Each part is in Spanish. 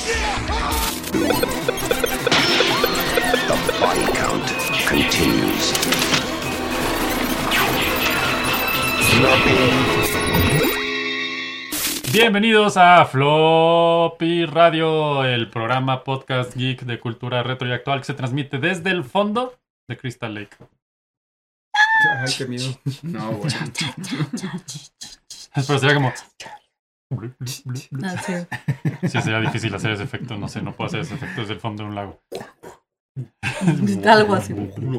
The body count continues. Bienvenidos a Floppy Radio, el programa podcast geek de cultura retro y actual que se transmite desde el fondo de Crystal Lake. Ay, qué miedo. No, güey. Pero sería como... Ah, sí. Sí, sería difícil hacer ese efecto, no sé, no puedo hacer ese efecto desde el fondo de un lago. Algo así.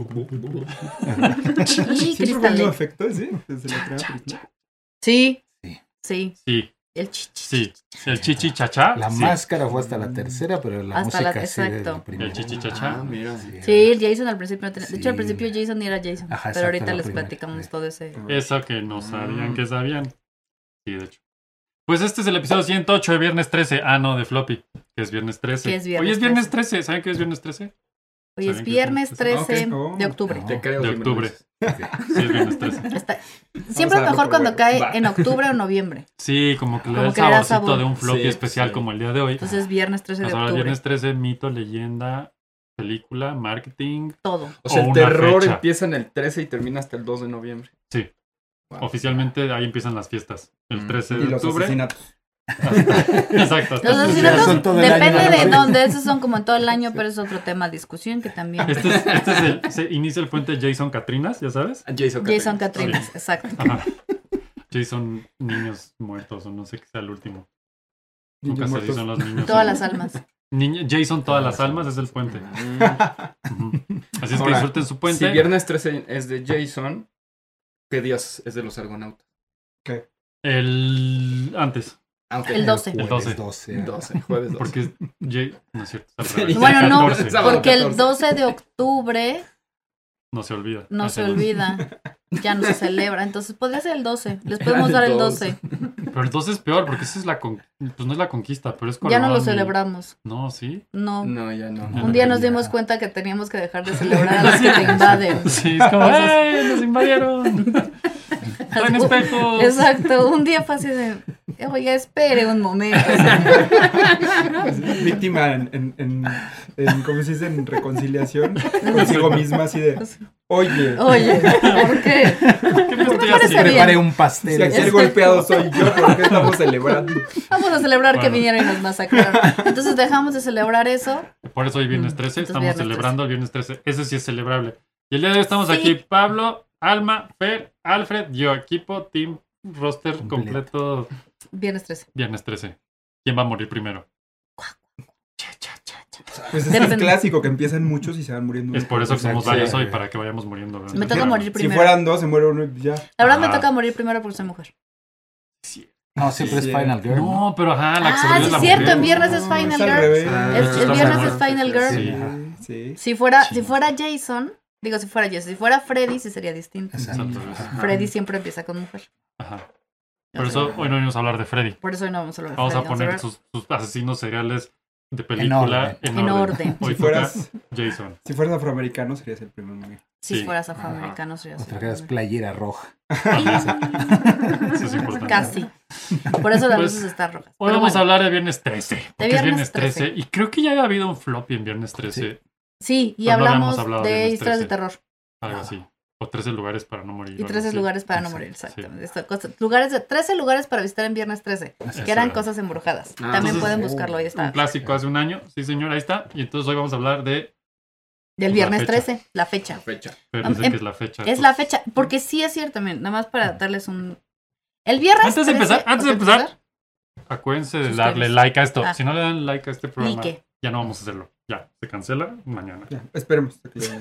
Y ¿Siempre Crystal fue el Lake. efecto ese? Desde la primera película. Sí. Sí. Sí. Sí, El chichi. sí. El chichi chachá. La sí. máscara fue hasta la tercera, pero la Hasta música la- sí de la exacto. primera. El chichi chachá. Ah, mira. Sí, el Jason al principio no tenía. De hecho, al Sí. principio Jason ni era Jason. Ajá, pero exacto, ahorita la les primera. platicamos Sí. todo ese. Eso que no sabían que sabían. Sí, de hecho. Pues este es el episodio 108 de Viernes 13. Ah, no, de Floppy, que es Viernes 13. Que es Viernes Hoy es Viernes 13. ¿Saben qué es Viernes 13? Hoy es ¿Saben qué viernes es? 13 Ok. de octubre. No. Te creo. De si me lo octubre. dices. Sí, es Viernes 13. Está- Siempre a es darlo mejor por cuando bueno. cae Va. en octubre o noviembre. Sí, como que le da Como el que le da saborcito sabor. de un floppy Sí, especial sí. como el día de hoy. Entonces, viernes 13 de Vamos a hablar de octubre. Viernes 13, mito, leyenda, película, marketing. Todo. O sea, O el una terror fecha. empieza en el 13 y termina hasta el 2 de noviembre. Sí. Wow. Oficialmente ahí empiezan las fiestas. El 13 Y de los octubre. asesinatos. Exacto. Los hasta- asesinatos son todo el año, depende ¿no? de dónde. Esos son como en todo el año, pero es otro tema de discusión que también. Este es el, se inicia el puente Jason Catrinas, ya sabes. Jason Catrinas, exacto. Ajá. Jason niños muertos o no sé qué sea el último. Nunca Niños se muertos. dicen los niños. Todas las almas. Jason todas las almas es el puente. Ujú. Así es que Ahora, disfruten su puente. Si viernes 13 es de Jason, ¿qué días es de los argonautas? ¿Qué? El antes. Aunque El 12. El 12. 12, jueves 12. Porque no es cierto. es al Sí. revés. Bueno, no, 14. Sábado porque el 14. 12 de octubre No se olvida. no se Hacemos- olvida. Ya no se celebra. Entonces podría ser el 12. Les podemos dar el 12. Pero el 12 es peor porque esa es la pues no es la conquista, pero es Ya no lo Colón y- celebramos. No, sí. No. No, ya no. Un día nos dimos cuenta que teníamos que dejar de celebrar a los que te invaden. Sí, es como, ¡ay! ¡Nos invadieron! ¡Traen espejos! Exacto. Un día fue así de. Oye, espere un momento. Víctima en ¿cómo se dice? En reconciliación consigo misma, así de, oye, Oye, ¿por qué? ¿Qué me estoy parece haciendo? bien. Preparé un pastel. si aquí el golpeado soy yo, ¿por qué estamos celebrando? Vamos a celebrar que Bueno. vinieron y nos masacraron. Entonces dejamos de celebrar eso. Por eso hoy viernes 13, Entonces, estamos viernes celebrando el viernes 13. Ese sí es celebrable. Y el día de hoy estamos Sí. aquí, Pablo, Alma, Fer, Alfred, yo, equipo, team, roster Completo. completo, Viernes 13. viernes 13. ¿Quién va a morir primero? Pues es Depende. el clásico que empiezan muchos y se van muriendo. Es por eso que somos Exacto. varios Sí. hoy, para que vayamos muriendo. ¿verdad? Me toca morir Si primero. fueran dos, se muere uno y ya. La verdad me Ah. toca morir primero por ser mujer. No, siempre Sí. es Final Girl. No, pero ajá, la que se Ah, olvida sí es la es cierto, mujer. en viernes es No, Final al Girl. revés. El Estamos viernes mal. es Final Girl. Sí. Sí. Si fuera Jason, digo si fuera Jason, si fuera Freddy sí sería distinto. Exacto. Exacto. Freddy siempre empieza con mujer. Ajá. Por eso hoy no venimos a hablar de Freddy. Por eso hoy no vamos a hablar de Vamos a Freddy, poner hablar sus asesinos seriales de película en en orden. orden. Hoy Si toca fueras, Jason. si fueras afroamericano, serías el primero en morir. Si Sí. fueras afroamericano sería O así. trajeras playera roja. Eso es importante. Casi. Por eso las Pues, luces están rojas. Hoy Pero vamos a bueno, hablar de Viernes 13. Porque es Viernes Viernes 13. 13. Y creo que ya había habido un floppy en Viernes 13. sí, y pero no habíamos hablamos hablado de de Viernes historias de 13. terror. Algo así. O 13 lugares para no morir. Y o algo 13 así. lugares para no Exacto, morir, exactamente. Esta cosa- 13 lugares para visitar en Viernes 13, Eso que eran era. cosas embrujadas. Ah, También entonces- pueden buscarlo, ahí Un está. clásico hace un año. Sí, señor, ahí está. Y entonces hoy vamos a hablar de... Del la Viernes fecha. 13, la fecha. Fecha. Pero dice Em- que es la fecha. Es la fecha, porque sí es cierto también, nada más para darles un... El viernes Antes de 13, empezar, acuérdense de darle Suscribirse. like a esto. Ah. Si no le dan like a este programa, Like. ya no vamos a hacerlo. Ya, se cancela mañana. Ya, esperemos. hasta que ya-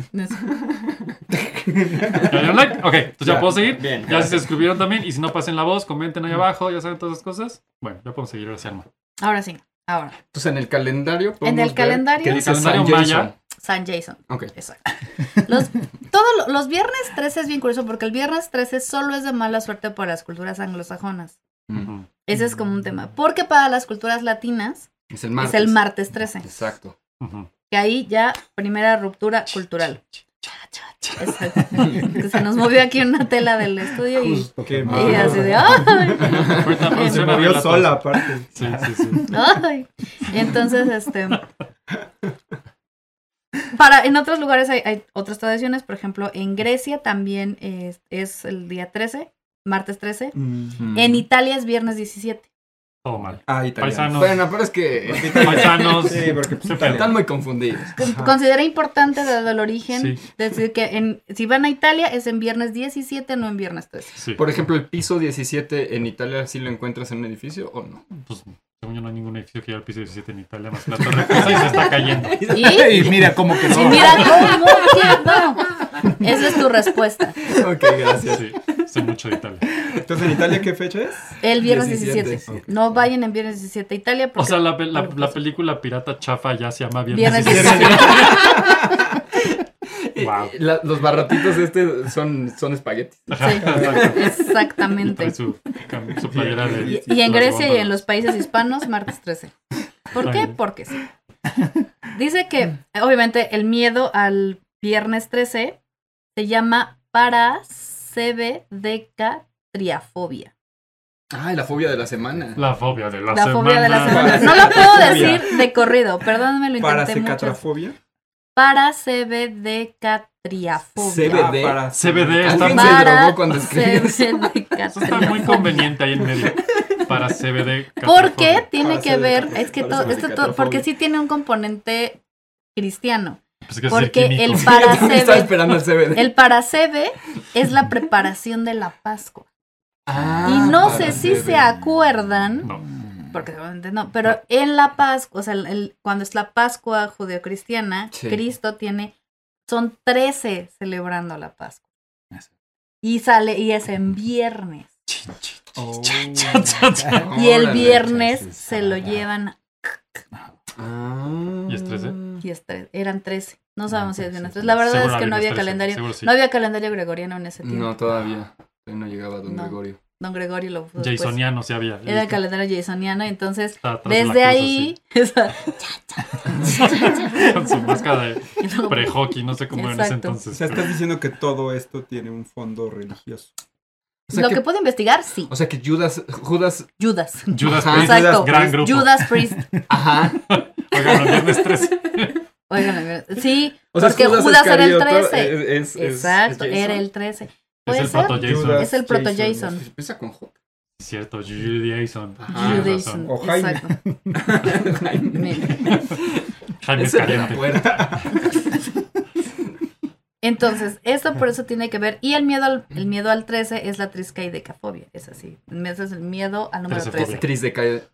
¿Ya dieron like? Ok, entonces ya Ya. puedo seguir. Bien, Ya gracias. se suscribieron también. Y si no, pasen la voz, comenten ahí abajo. Ya saben todas esas cosas. Bueno, ya podemos seguir hacia Alma. Ahora sí, ahora. Entonces en el calendario. En podemos el ver calendario- que El dice calendario San maya. Jason. San Jason. Ok. Exacto. Los viernes 13 es bien curioso porque el viernes 13 solo es de mala suerte para las culturas anglosajonas. Ujú. Ese es como un tema. Porque para las culturas latinas Es el martes. es el martes 13. Exacto. Ujú. Que ahí ya primera ruptura cultural. Exacto. Que se nos movió aquí una tela del estudio y Justo Qué cuando- y así de ¡ay! Ahorita Se menciona movió relatos. sola, aparte. Sí, sí, sí. ¡Ay! Y entonces, en otros lugares hay otras tradiciones, por ejemplo, en Grecia también es el día 13, martes 13. En Italia es viernes 17. Todo mal. Ah, italiano. Paisanos. Bueno, pero es que Paisanos. Sí, porque pues, Se Italia. están muy confundidos. Considera importante dado el origen, Sí. decir que si van a Italia es en viernes 17, no en viernes 13. Sí. Por ejemplo, el piso 17 en Italia, ¿sí lo encuentras en un edificio o no? Pues, según yo, no hay ningún edificio que llegue al piso 17 en Italia, más que la Torre Pisa y se está cayendo. Y Y mira cómo que no. sí, mira cómo que no. Esa es tu respuesta. Ok, gracias. Sí, sé mucho de Italia. Entonces, ¿en Italia qué fecha es? El viernes 17. 17. No vayan en viernes 17 a Italia. O Porque sea, la película pirata chafa ya se llama Viernes Viernes 17. Wow. Los barratitos son espaguetis. Sí, exactamente. Su playera de. Y en las Grecia y en góndolas. los países hispanos, martes 13. ¿Por Está qué? bien. Porque sí. Dice que, obviamente, el miedo al viernes 13 se llama parasebedecatriafobia. Ay, la fobia de la semana. La fobia de la La semana. fobia de la semana. No la puedo decir de corrido, perdóname, lo intenté mucho. Parasecatrafobia. Parasebedecatriafobia. CBD. CBD está, Alguien se drogó cuando escribió eso. está muy Parasebedecatriafobia. conveniente ahí en medio. Para CBD. Porque tiene que ver, Parasebedecatrafobia. es que porque sí tiene un componente cristiano. Pues que Porque sí, el químico. Estaba parasebe, esperando el CBD. el parasebe es la preparación de la Pascua. Ah, Y no para sé si CBD. se acuerdan, No. porque seguramente no, pero en la Pascua, o sea, cuando es la Pascua judeocristiana, Sí. Cristo son 13 celebrando la Pascua. Y es en viernes. Oh. Y el Órale. viernes sí, sí, se lo sí. llevan Ah. ¿Y es 13? y eran 13. No sabemos si es viernes sí, 13. La verdad Seguro es que no viernes había 13, calendario. seguro sí. No había calendario gregoriano en ese tiempo. No, todavía. Todavía no llegaba Don No. Gregorio. Don Gregorio lo puso después. Jasoniano sí había. Era el calendario jasoniano, entonces Está atrás de la desde cruz, ahí así, con su máscara de Y luego- pre-hockey, no sé cómo era en ese Exacto. O entonces. sea, estás diciendo que todo esto tiene un fondo religioso. O sea lo que- que puedo investigar, sí. O sea que Judas, Judas. Judas Ajá. Priest, Exacto. gran grupo. Judas Priest. ajá. Oigan, el viernes 13. Oigan, sí, O sea, porque Judas era el Iscarioto 13. es Exacto, Jason. era el 13. Es ¿Puede el ser? proto Jason. Judas. Es el proto Jason. Jason. Empieza con J. Cierto, Judason. Ajá. Tienes Judason. razón. O Jaime. Exacto. Mira. Jaime Ese de la Caliente. puerta. Entonces, esto por eso tiene que ver. Y el miedo al 13 es la triscaidecafobia. Es así. Ese es el miedo al número 13. Tris de calle.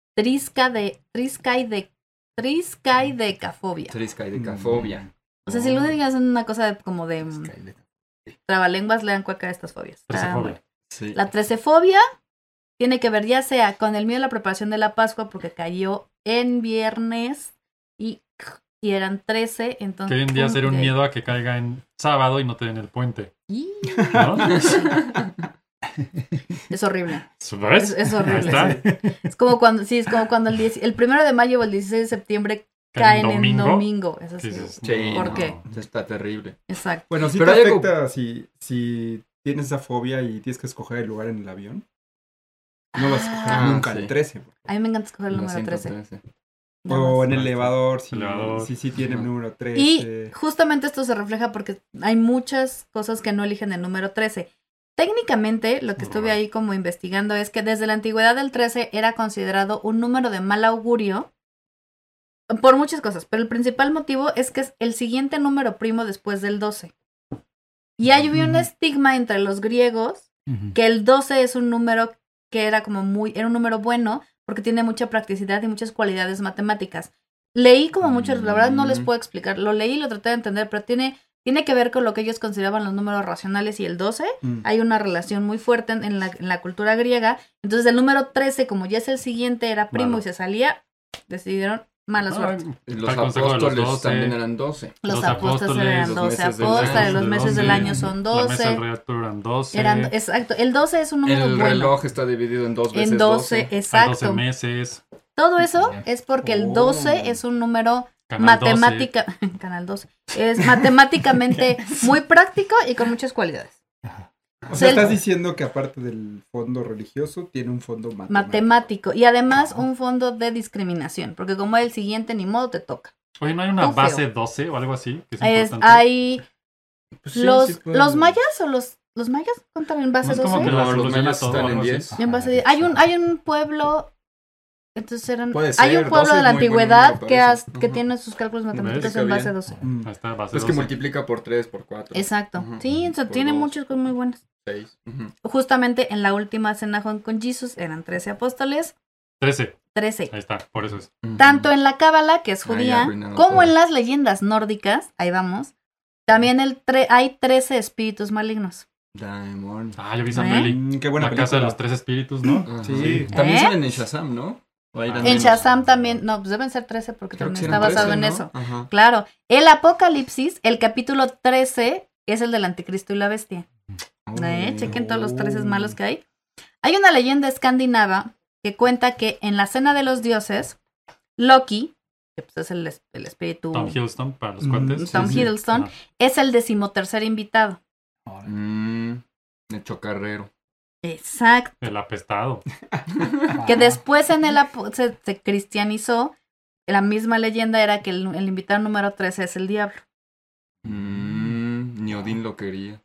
Triscaidecafobia. Triscaidecafobia. O sea, si lo digas una cosa como de trabalenguas, lean cualquiera de estas fobias. Está Trecefobia. muy- Sí. La trecefobia tiene que ver ya sea con el miedo a la preparación de la Pascua porque cayó en viernes y eran 13, entonces... Que hoy en día sería un de- miedo a que caiga en sábado y no te den el puente. Y- ¿No? Es horrible. ¿Ves? Es horrible. Ahí está. Es como cuando el 1 de mayo o el 16 de septiembre caen en domingo. Es así. Dices, Sí, ¿Por no. qué? Está terrible. Exacto. Bueno, sí Pero te hay algo- afecta si tienes esa fobia y tienes que escoger el lugar en el avión. No vas a escoger Ah, nunca sí. el 13. A mí me encanta escoger el Lo número siento, 13. 13. Nada O más. en el elevador, si Elevador. sí tiene el Ajá. número 13. Y justamente esto se refleja porque hay muchas cosas que no eligen el número 13. Técnicamente, lo que estuve ahí como investigando es que desde la antigüedad el 13 era considerado un número de mal augurio por muchas cosas, pero el principal motivo es que es el siguiente número primo después del 12. Y hay un estigma entre los griegos que el 12 es un número que era un número bueno porque tiene mucha practicidad y muchas cualidades matemáticas. Leí como muchos, la verdad no les puedo explicar, lo leí, lo traté de entender, pero tiene que ver con lo que ellos consideraban los números racionales y el 12. Hay una relación muy fuerte en la cultura griega. Entonces el número 13, como ya es el siguiente, era primo Malo. y se salía, decidieron mala suerte. Los Al consejo de los apóstoles 12. también eran 12. Los Los apóstoles apóstoles, eran los 12 meses del apóstoles, año, los meses del año son La mesa 12. del Rey Arturo eran 12. Exacto, el 12 es un número El bueno. reloj está dividido en dos veces En 12, Hay 12 exacto. meses. Todo eso es porque el Oh. 12 es un número Canal 12. matemática, Canal 2, es matemáticamente muy práctico y con muchas cualidades. O sea, Del- estás diciendo que aparte del fondo religioso, tiene un fondo matemático. Matemático y además un fondo de discriminación, porque como es el siguiente, ni modo te toca. Oye, ¿no hay una Tú feo. base 12 o algo así? Que es Es, importante. hay Pues sí, los, sí pueden. los mayas o los mayas cuentan en base No es como 12. que la No, los soluciona mayas todo, están en algo así. 10. En base 10. Hay un pueblo, entonces Puede hay ser, un pueblo 12 de la es muy buen antigüedad número, que, parece. que Ajá. tiene sus cálculos matemáticos ¿Ves? en base Bien. 12. Mm. Ahí está, base Es que 12. multiplica por 3, por 4. Exacto. Ajá. Sí, o sea, Por tiene 2, muchas cosas muy buenas. 6. Justamente en la última cena con Jesús eran 13 apóstoles, 13. 13. Ahí está, por eso es. Tanto en la cábala, que es Ah, ya judía, arruinaron como todo. en las leyendas nórdicas, ahí vamos, también hay 13 espíritus malignos. Diamond. Ah, yo vi esa ¿Eh? peli. Qué buena La casa de película. los 3 espíritus, ¿no? Ajá. Sí. También ¿Eh? salen en Shazam, ¿no? ¿O eran En menos? Shazam también, no, pues deben ser 13 porque Creo que también sí está eran basado 13, en ¿no? eso. Ajá. Claro, el Apocalipsis, el capítulo 13 es el del anticristo y la bestia. Chequen todos los 13 malos que hay. Hay una leyenda escandinava que cuenta que en la cena de los dioses, Loki, que pues es el espíritu, Tom Hiddleston para los Mm, cuates. Tom sí. Hiddleston, Ajá. es el 13º invitado. El chocarrero. Exacto. El apestado. Que después en se cristianizó. La misma leyenda era que el invitado número 13 es el diablo. Ni Odín lo quería.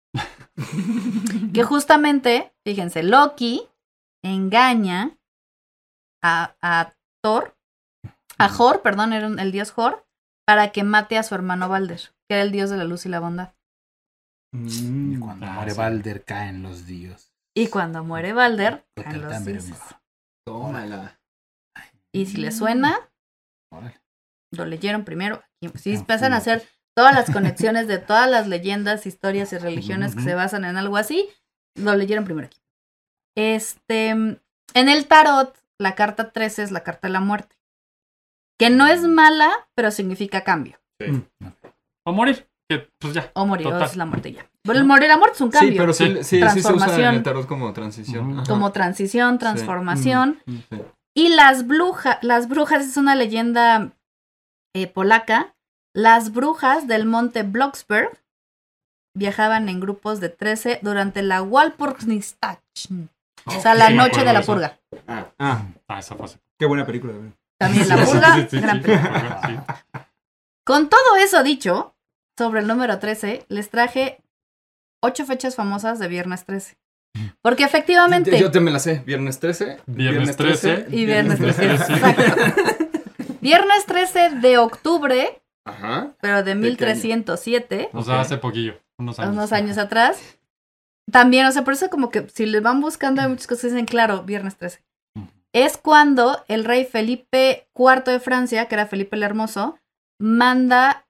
Que justamente, fíjense, Loki engaña a Thor, a Thor, perdón, era el dios Thor, para que mate a su hermano Balder, que era el dios de la luz y la bondad. Y cuando muere sí. Balder caen los dioses. Y cuando muere Balder, caen los dioses. Tómala. Y si le suena, Órale. lo leyeron primero. Y si Ah, empiezan a sí. hacer todas las conexiones de todas las leyendas, historias y religiones que Ujú. se basan en algo así, lo leyeron primero aquí. En el tarot, la carta 13 es la carta de la muerte. Que no es mala, pero significa cambio. O morir. Que pues ya. O morir, o Total. es la muerte ya. Pero el morir, la muerte es un cambio. Sí, pero sí, sí se usa en Transformación. el tarot como transición. Ujú. Ajá. Como transición, transformación. Sí. Y las brujas es una leyenda polaca. Las brujas del monte Blocksberg viajaban en grupos de 13 durante la Walpurgisnacht. O sea, la Sí, me noche de acuerdo la de eso. purga. Ah, esa fue. Qué buena película. güey. También la Sí, purga, sí, sí, gran sí, película. sí. Con todo eso dicho, sobre el número 13, les traje 8 fechas famosas de Viernes 13. Porque efectivamente... Yo te me la sé. Viernes 13. Viernes 13. Y Viernes 13. Sí. Exacto. Viernes 13 de octubre, Ajá. pero de qué año? 1307, O sea, hace poquillo. Unos años. atrás. También, o sea, por eso como que si le van buscando hay muchas cosas que dicen, claro, Viernes 13. Es cuando el rey Felipe IV de Francia, que era Felipe el Hermoso, manda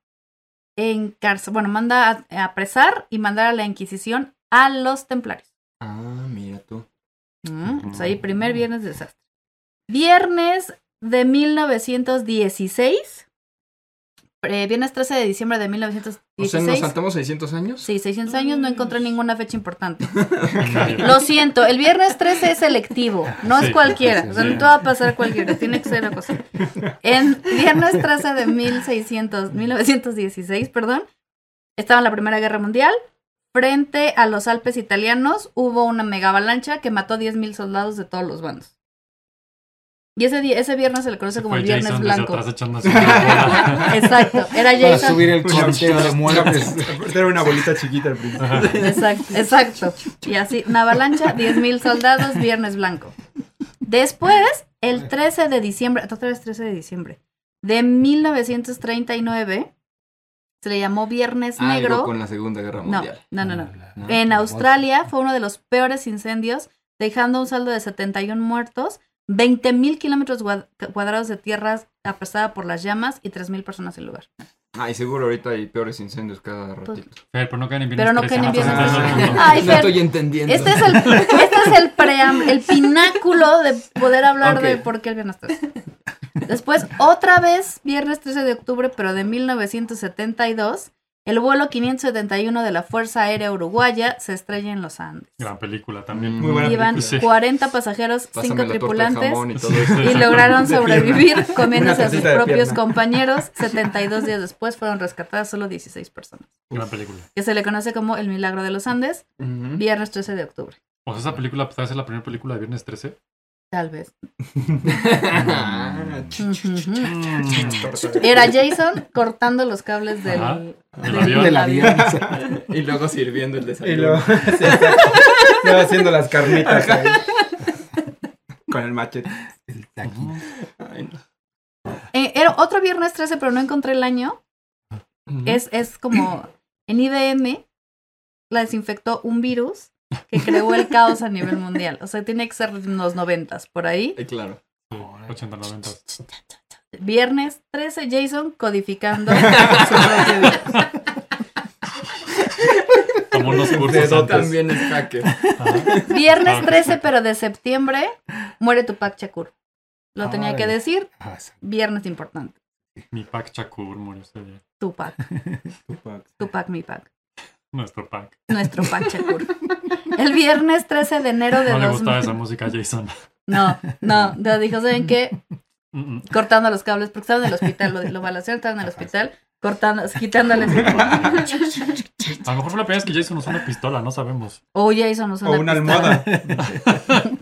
manda a apresar y mandar a la Inquisición a los templarios. Ah, mira tú. Pues ahí, primer viernes de desastre. Viernes de 1916. Viernes 13 de diciembre de O sea, 1916. ¿nos saltamos 600 años? Sí, 600 años, no encontré ninguna fecha importante. En medio. Lo siento, el viernes 13 es selectivo, no es Sí, cualquiera. sí, O sea, sí. no te va a pasar cualquiera, tiene que ser la cosa. En viernes 13 de 1916, estaba en la Primera Guerra Mundial. Frente a los Alpes italianos hubo una mega avalancha que mató 10,000 soldados de todos los bandos. Y ese viernes se le conoce como Fue el Viernes Jason desde Blanco. atrás echándose una bola. Exacto, era Para Jason. subir el Una- conteo de muertes. Era una bolita chiquita al principio. Ajá. Exacto. Y así, una avalancha, 10,000 soldados, Viernes Blanco. Después, el 13 de diciembre, otra vez 13 de diciembre, de 1939, se le llamó Viernes Algo Negro. con la Segunda Guerra No, Mundial. no. ¿no? En Australia fue uno de los peores incendios, dejando un saldo de 71 muertos, 20,000 kilómetros cuadrados de tierra aplastada por las llamas y 3,000 personas en el lugar. Ay, seguro ahorita hay peores incendios cada ratito. Fer, pero no caen en Pero no caen en Viernes Viernes 13. 13. Ay, No Fer, estoy entendiendo. este es el el pináculo de poder hablar Ok. de por qué el Viernes 13. Después, otra vez, Viernes 13 de octubre, pero de 1972, El vuelo 571 de la Fuerza Aérea Uruguaya se estrella en los Andes. Gran película también. Muy buena Iban película. Sí. 40 pasajeros, Pásame 5 la torta de tripulantes jamón y todo eso. y lograron De sobrevivir pierna. comiéndose Una a sus tacita de propios pierna. compañeros. 72 días después fueron rescatadas solo 16 personas. Gran película. Que se le conoce como El Milagro de los Andes, Ujú. viernes 13 de octubre. O sea, esa película puede ser la primera película de Viernes 13. Tal vez. Ah, Ujú. Era Jason cortando los cables del, Ajá. del avión. Del avión. Y luego sirviendo el Y desayuno. luego, sí, exacto. Luego haciendo las carnitas ahí. Con el machete. El taquito. Ay, no. Era otro viernes 13, pero no encontré el año. Ujú. Es como en IBM la desinfectó un virus que creó el caos a nivel mundial. O sea, tiene que ser en los 90s, por ahí. Claro. Sí, 80, 90. Viernes 13, Jason codificando su propio virus. Como unos cursos Dedo antes. También es hacker. Ajá. Viernes Ah, 13, pero de septiembre, muere Tupac Shakur. Lo tenía que Órale. decir. Ah, sí. Viernes importante. Mi Pac Shakur murió ese día. Tupac. Tupac, mi Pac. Nuestro Pac. Nuestro Pac Shakur. El viernes 13 de enero de No le 2000. gustaba esa música a Jason. No, dijo, ¿saben qué? Cortando los cables, porque estaban en el hospital, lo balacearon, estaban en el hospital, cortando, quitándoles. A lo mejor fue la primera vez que Jason usó una pistola, no sabemos. O Jason usó O una pistola. almohada.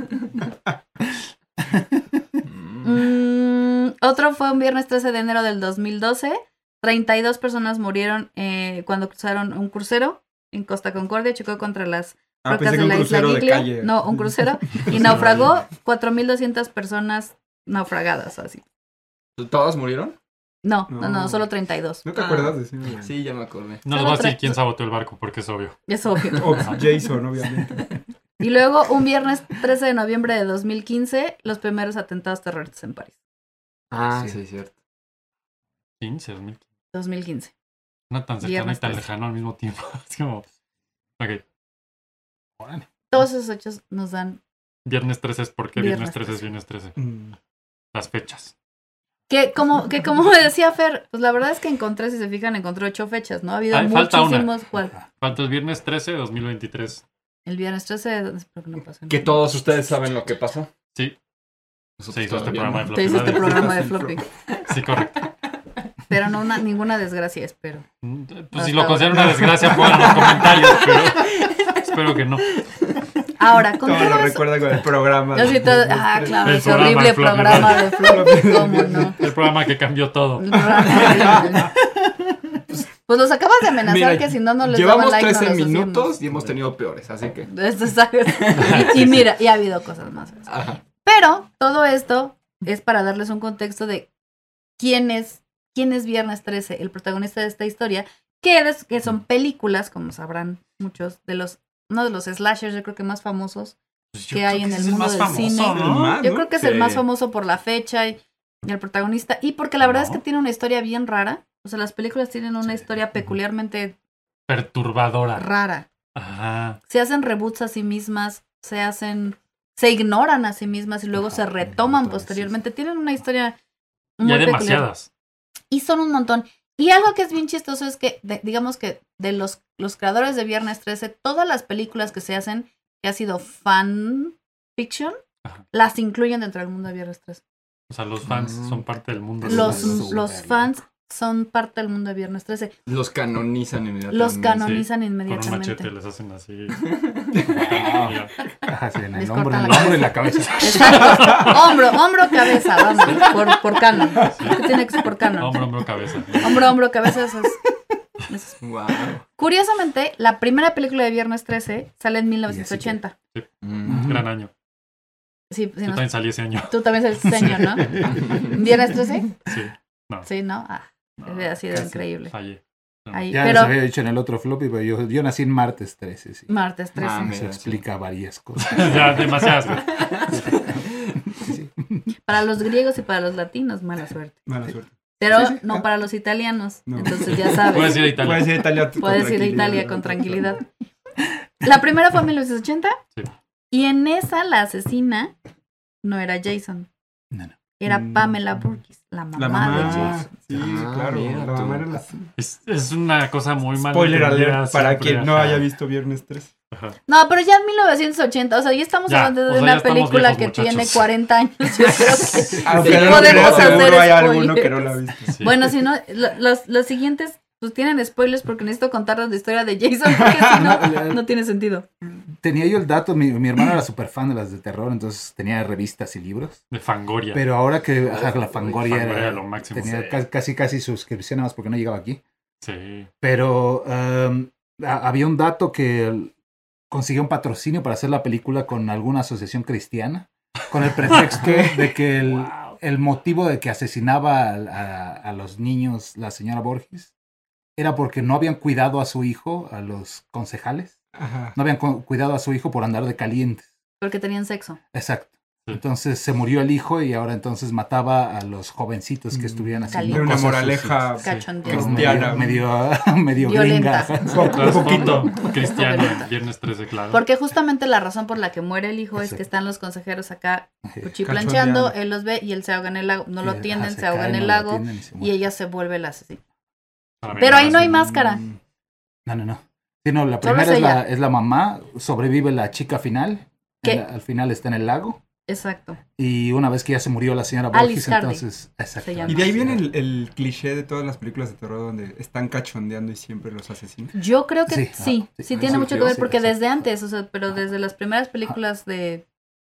Otro fue un viernes 13 de enero del 2012. 32 personas murieron cuando cruzaron un crucero en Costa Concordia, chocó contra las Ah, rocas pensé de que la un isla crucero de Giglio. calle. No, un crucero. Y naufragó 4.200 personas naufragadas, así. ¿Todos murieron? No, No. solo 32. ¿No te acuerdas de eso? Sí, ya me acordé. No les voy a decir quién saboteó el barco, porque es obvio. Es obvio. O Jason, obviamente. Y luego, un viernes 13 de noviembre de 2015, los primeros atentados terroristas en París. Ah, Sí. sí, cierto. 15, 2015. 2015. No tan cercano y Viernes tan 13. lejano al mismo tiempo. Es como. Ok. Órale. Todos esos hechos nos dan Viernes 13 es porque Viernes Viernes 13 es 13. Viernes 13. Mm. Las fechas. que como me decía Fer, pues la verdad es que encontré, si se fijan, encontré 8 fechas, ¿no? Ha habido Falta una. muchísimos. ¿Cuál? Falta el Viernes 13 de 2023. El viernes 13, espero que no pase Que nada. todos ustedes saben lo que pasó. Sí, Nosotros se hizo este todavía programa no. de Te hice este Floppy programa de Sí, floppy. Sí, correcto. Pero no ninguna desgracia, espero. Pues si lo consideran una desgracia, pongan en los comentarios, pero espero que no. Ahora, con Todo lo todo eso. recuerda con el programa. Yo sí todo- claro, El ese programa horrible de Floppy. programa de floppy. ¿Cómo no? El programa que cambió todo. El programa horrible. Pues los acabas de amenazar Mira, que si no les llevamos daban like, no 13 los minutos hacíamos. y hemos tenido peores, así que. Esto sabes. Y mira, y ha habido cosas más. Ajá. Pero todo esto es para darles un contexto de quién es Viernes 13, el protagonista de esta historia, que son películas, como sabrán muchos, uno de los slashers, yo creo que más famosos Pues yo que creo hay en ese el es mundo más del famoso, cine. ¿no? Yo creo que es el Sí. más famoso por la fecha y el protagonista, y porque la verdad es No. que tiene una historia bien rara. O sea, las películas tienen una Sí. historia peculiarmente Perturbadora. rara. Ajá. Se hacen reboots a sí mismas, se ignoran a sí mismas y luego Ajá, se retoman otra vez, posteriormente. Tienen una historia Y muy hay peculiar. demasiadas. Y son un montón. Y algo que es bien chistoso es que, digamos que de los creadores de Viernes 13, todas las películas que se hacen, que ha sido fan fiction, Ajá. las incluyen dentro del mundo de Viernes 13. O sea, los fans son parte del mundo. de Los Súper fans son parte del mundo de Viernes 13. Los canonizan inmediatamente. Los canonizan Con un inmediatamente. machete les hacen así. Ajá, sí, en Les el hombro, cortan en la el hombro y la cabeza. Exacto. Hombro, cabeza, vamos, por canon. ¿Qué tiene que ser por canon? Hombro, cabeza. Hombro, cabeza, eso es. Wow. Curiosamente, la primera película de Viernes 13 sale en 1980. Gran año. Sí, sí, Yo no- también salí ese año. tú también eres diseño, ¿no? ¿Viernes 13? Sí. Sí, ¿no? Ha sido casi. increíble. Fallé. Ahí, Ya pero les había dicho en el otro floppy, pero yo nací en martes 13, sí. martes 13. Ah, Eso mira, explica varias cosas. Ya, demasiadas. güey. Sí, sí. Para los griegos y para los latinos, mala suerte. Mala suerte. Pero Sí, sí. no para los italianos. No. Entonces ya sabes. Puedes ir a Italia. Puedes ir a Italia. Puedes ir a Italia con tranquilidad. La primera fue en 1980. Sí. Y en esa la asesina no era Jason. No, no. era Pamela Burgess, la mamá de Jason. Sí, Ah, claro. mira La tú. mamá era la... Es una cosa muy mal. Spoiler entendida alert para siempre, quien no ajá. haya visto Viernes 3. Ajá. No, pero ya en 1980, o sea, ya estamos Ya, hablando o de sea, una ya estamos película viejos, que muchachos. tiene 40 años. Yo creo que Aunque sí no lo podemos crea, hacer seguro hay alguno spoilers. que no la ha visto. Sí. Bueno, si no, los siguientes pues tienen spoilers porque necesito contarles la historia de Jason porque si no, no tiene sentido. Tenía yo el dato, mi hermano era súper fan de las de terror, entonces tenía revistas y libros. De Fangoria. Pero ahora que la Fangoria Fangoria era lo máximo. tenía Sí. casi suscripción nada más porque no llegaba aquí. Sí. Pero había un dato que consiguió un patrocinio para hacer la película con alguna asociación cristiana, con el pretexto de que el motivo de que asesinaba a los niños la señora Borges era porque no habían cuidado a su hijo, a los concejales. Ajá. No habían cuidado a su hijo por andar de calientes. Porque tenían sexo. Exacto. Sí. Entonces se murió el hijo y ahora entonces mataba a los jovencitos que estuvieran haciendo Era una cosas moraleja sucias. Cachondeo. cristiana. Medio Violenta. gringa. Trasfondo cristiano Violenta. en Viernes 13, claro. Porque justamente la razón por la que muere el hijo es Exacto. que están los consejeros acá Ajá. cuchiplanchando, Cachondeando. él los ve y él se ahoga en el lago. No lo Ajá, atienden, se cae, ahoga en no el lo lago atienden y se y muere. ella se vuelve el asesino. Para Pero ahí vengarse. no hay máscara. No. Sí, no, la Solo primera es es la, ella. es la mamá, sobrevive la chica final. ¿Qué? Al final está en el lago. Exacto. Y una vez que ya se murió la señora Alice Borges, Hardy entonces... Exacto. se llama. Y de ahí viene el cliché de todas las películas de terror donde están cachondeando y siempre los asesinan. Yo creo que Sí, sí, sí. sí tiene mucho que surgió, ver sí, porque exacto. desde antes, o sea, pero desde las primeras películas de...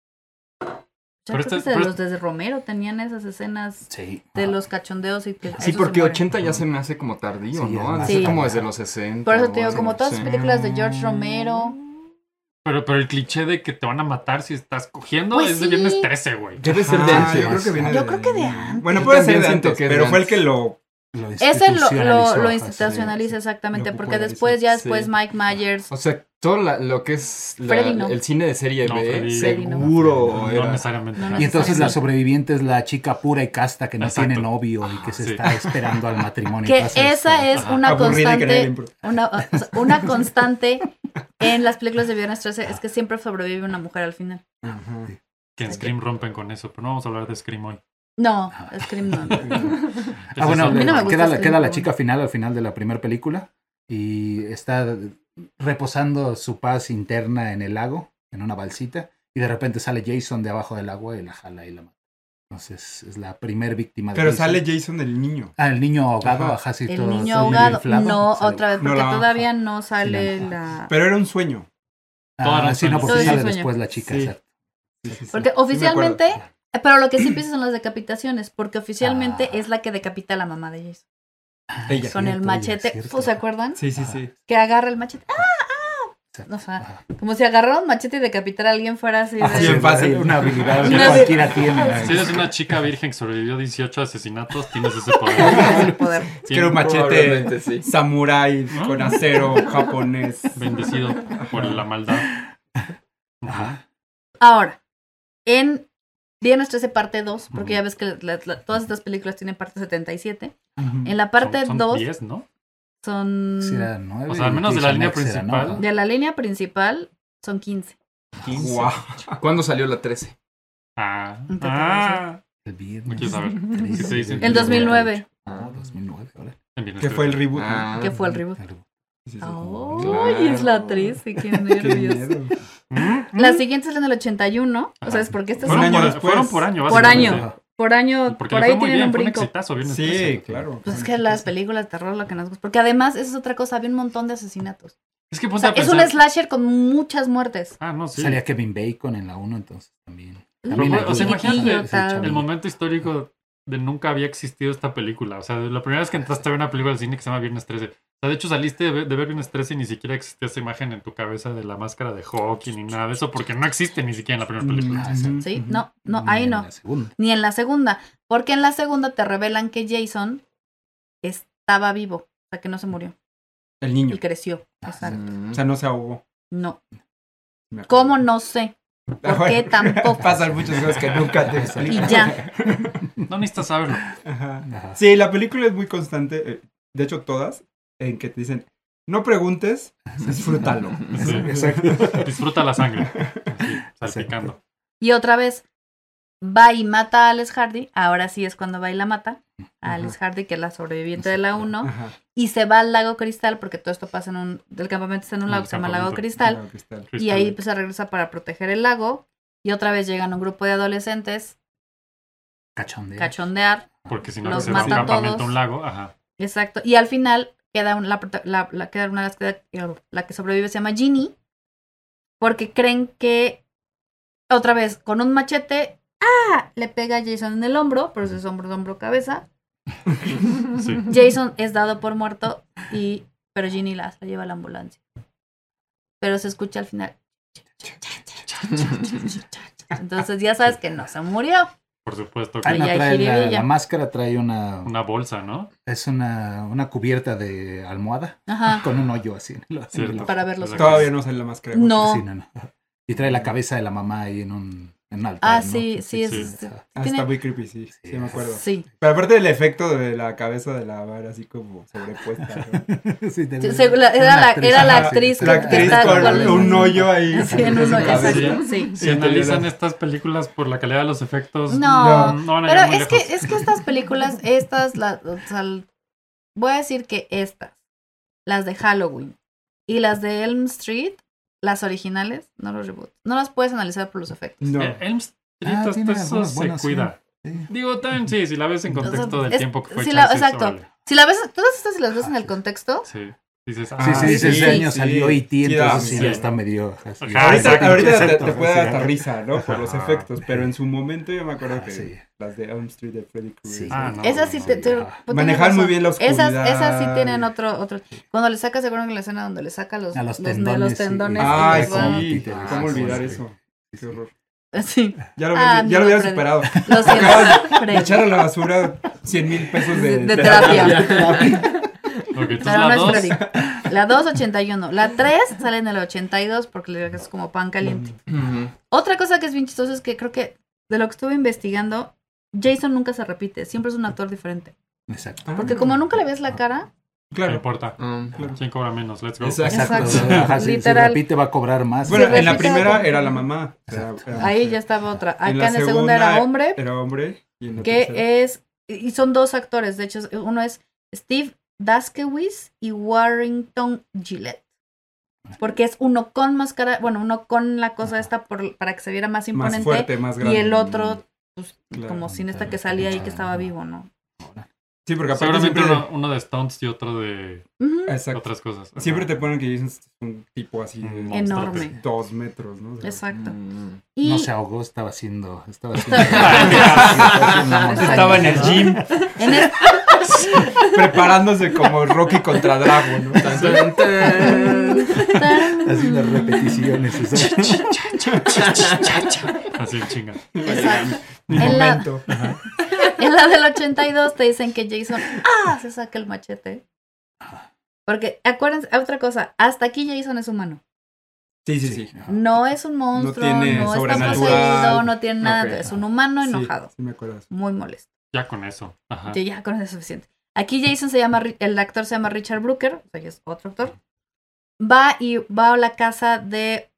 Ya Pero creo este- que pero los desde Romero tenían esas escenas Sí. de Ajá. los cachondeos y que Sí, esos se porque mueren. 80 ya se me hace como tardío, Sí, ¿no? ya Así sí. como desde los 60. Por eso te o digo, algo como todas así. las películas de George Romero. Pero el cliché de que te van a matar si estás cogiendo Pues es de sí. Viernes 13, güey. Debe ser de Ah, antes. yo creo que viene Yo creo que de antes. Bueno, Yo puede ser también de siento antes, que es de pero fue el antes. que lo... Ese lo institucionalizó, institucionaliza sí. exactamente, Lo porque popularizó. después, ya después Sí. Mike Myers, O sea, todo lo que es Freddy no. el cine de serie No, B, Freddy- Freddy no. seguro No era. necesariamente. No, Y entonces Sí. la sobreviviente es la chica pura y casta que no Exacto. tiene novio y que se Sí. está esperando al matrimonio. que Todas esas esa cosas. es una aburrida y que nadie le constante, importa. una constante en las películas de Viernes 13 es que siempre sobrevive una mujer al final. Que en Scream rompen con eso, pero no vamos a hablar de Scream hoy. No, Scream no. Ese Bueno, es mí no me gusta queda Scream, la pero chica final al final de la primera película y está reposando su paz interna en el lago, en una balsita, y de repente sale Jason de abajo del agua y la jala y la mata. Entonces es la primer víctima de Pero Jason. sale Jason el niño. Ah, el niño ahogado, Ajá. ajá, sí, El todo- niño todo medio ahogado, inflado. no, Sale- otra vez, No porque la- todavía no sale Sí, no. la... Pero era un sueño. Todo era Ah, un sí, no, sueño. porque Todo era un sale sueño. después la chica, Sí. exacto. Porque Sí me oficialmente, acuerdo. pero lo que sí empieza son las decapitaciones, porque oficialmente Ah. es la que decapita a la mamá de Jason. Ella. Con el Cierto, machete, cierto. ¿pues ¿se acuerdan? Sí, sí, Ajá. sí. Que agarra el machete. Exacto. O sea, Ajá. como si agarrara un machete y decapitara a alguien fuera así de... Así en fácil. Una habilidad que Una- cualquiera tiene. Si eres una chica virgen que sobrevivió 18 asesinatos, tienes ese poder. ese poder. Quiero un Probablemente machete sí. samurái ¿No? con acero japonés. Bendecido por la maldad. Ajá. Ahora, en Viernes 13 parte 2, porque ya ves que todas estas películas tienen parte 77. En la parte Son 2 10, ¿no? son... Sí, era 9, O sea, al menos de la Jason línea X era, ¿no? principal. De la línea principal son 15. Guau. ¿Cuándo salió la 13? Ah. ¿Qué te Ah. El No viernes. quiero saber. Sí, Sí, te dicen. El 2009. Ah, 2009, ahora. En Viernes Que fue el 13. reboot. ¿no? Que fue el reboot. Sí, sí, sí. ¡Ay, es la 13! ¡Qué Qué nervios! miedo. La siguiente es en el 81. O sea, es porque esta es Un Fueron, año por, después. fueron por año, Por básicamente. año. por año, Porque por le ahí fue muy tienen bien, un fue un brinco. exitazo, Viernes 13. Sí, claro. Pues es que las películas de terror lo que nos gusta. Porque además, eso es otra cosa, había un montón de asesinatos. Es que O ponte sea, a es un pensar. slasher con muchas muertes. Ah, no, sí. Salía Kevin Bacon en la 1, entonces también. Pero, También o sea, ayuda. imagínate tal. el momento histórico de nunca había existido esta película. O sea, la primera vez que entraste a ver una película de cine que se llama Viernes 13. O sea, de hecho saliste de ver Viernes 13 y ni siquiera existía esa imagen en tu cabeza de la máscara de Hockey ni nada de eso, porque no existe ni siquiera en la primera película. Ujú. ¿Sí? No, ahí En no. la segunda. Ni en la segunda. Porque en la segunda te revelan que Jason estaba vivo. O sea, que no se murió. El niño. Y creció. Exacto. O sea, no se ahogó. No. Me acuerdo. ¿Cómo? No sé. Ah, ¿Por qué bueno. tampoco? Pasan muchas cosas que nunca te Y explican. ya. No necesitas saberlo. Ajá. Ajá. Sí, la película es muy constante. De hecho, todas. En que te dicen, no preguntes, disfrútalo. Sí. Exacto. Disfruta la sangre. Así, salpicando. Y otra vez, va y mata a Alice Hardy. Ahora sí es cuando va y la mata. A Alice Hardy, que es la sobreviviente de la 1. Ajá. Y se va al lago Cristal, porque todo esto pasa del campamento está en un lago El que se llama Lago campamento. Cristal. Claro, cristal. Y ahí pues se regresa para proteger el lago. Y otra vez llegan un grupo de adolescentes cachondear. Porque si no, Los se va a un mata a campamento a todos. un lago. Ajá. Exacto. Y al final queda queda una de las la que sobrevive se llama Ginny. Porque creen que otra vez con un machete le pega a Jason en el hombro, pero es hombro, cabeza. Sí. Jason es dado por muerto pero Ginny la lleva a la ambulancia. Pero se escucha al final. Entonces ya sabes que no se murió. Por supuesto Ahí que hay trae jiribilla. la máscara trae una bolsa, ¿no? es una cubierta de almohada Ajá. con un hoyo así. Cierto. Para ver los ojos. Todavía no sale la máscara. No. Sí, no. Y trae la cabeza de la mamá ahí en un altar. Ah, ¿no? sí. Está muy creepy, sí me acuerdo. Sí. Pero aparte del efecto de la cabeza de la vara así como sobrepuesta, ¿no? Sí, Era la actriz La que actriz está con un hoyo ahí. Sí, en un hoyo, exacto. Sí. Si analizan estas películas por la calidad de los efectos, No, no van a pero llegar muy es que lejos. estas películas, voy a decir que las de Halloween y las de Elm Street, las originales, no los reboots, no las puedes analizar por los efectos. No. Elm Street, Ah, hasta tiene eso algunas se buenas, cuida. Sí. Digo, también sí, si la ves en contexto del Es- tiempo que fue si hecha, sí, exacto. órale. Si la ves, todas estas si las ves en el contexto, Sí, dices, Sí, Ah, sí, dice sí, ese año sí. salió E.T., entonces Sí, sí, sí. ya está medio... así. Ajá, exacto, Ahorita exacto, te puede sí. dar hasta risa, ¿no? Por los Ajá. efectos, pero en su momento yo me acuerdo que Sí. las de Elm Street de Freddy Krueger. Sí. Ah, no. esas sí Manejan muy bien la oscuridad. Esas sí tienen otro. Cuando le saca, seguro en la escena donde le saca los A los tendones, tendones, sí. y Ay, les va- sí. Ah, ¿Cómo sí, olvidar sí. eso? Qué horror. Sí. Ya lo, Ah, ya lo amigo hubiera Freddy. superado. Lo siento, De Freddy. echar a la basura 100,000 pesos de De terapia. Ok, entonces Pero la no es 2, Freddy. La 2, 81. La 3 sale en el 82 porque es como pan caliente. Otra cosa que es bien chistoso es que creo que de lo que estuve investigando, Jason nunca se repite. Siempre es un actor diferente. Exacto. Porque como nunca le ves la cara, no Claro. importa. Claro. ¿Quién cobra menos? Let's go. Exacto. Exacto. Ajá, si Literal. repite va a cobrar más. Bueno, Sí, en la repite primera como- era la mamá. Era ahí mujer. ya estaba otra. Acá En en la la segunda segunda era hombre, Era hombre. Y en la que tercera- es... Y son dos actores. De hecho, uno es Steve Daskewitz y Warrington Gillette. Porque es uno con máscara, bueno, uno con la cosa esta para que se viera más más imponente. fuerte, más Y grande. el otro, pues, Claro. como sin esta que salía ahí que estaba vivo, ¿no? Sí, porque aparte Seguramente siempre... uno de stunts y otro de Ujú. Exacto. otras cosas. Ajá. Siempre te ponen que Jason es un tipo así de... Enorme. 2 metros, ¿no? O sea, Exacto. Y No se ahogó, estaba haciendo... Estaba en el gym en el- preparándose como Rocky contra Drago, ¿no? haciendo repeticiones. Así en chinga. Exacto. Mi En la- momento. En la del 82 te dicen que Jason se saca el machete. Porque, acuérdense, otra cosa, hasta aquí Jason es humano. Sí, sí, sí. No es un monstruo, tiene no, está sobrenatural. poseído, no tiene nada. Ok. Es un humano Sí, enojado, Sí, me acuerdo. muy molesto. Ya con eso. Ajá. Sí, ya con eso es suficiente. Aquí Jason el actor se llama Richard Brooker, o sea, que es otro actor. Va a la casa de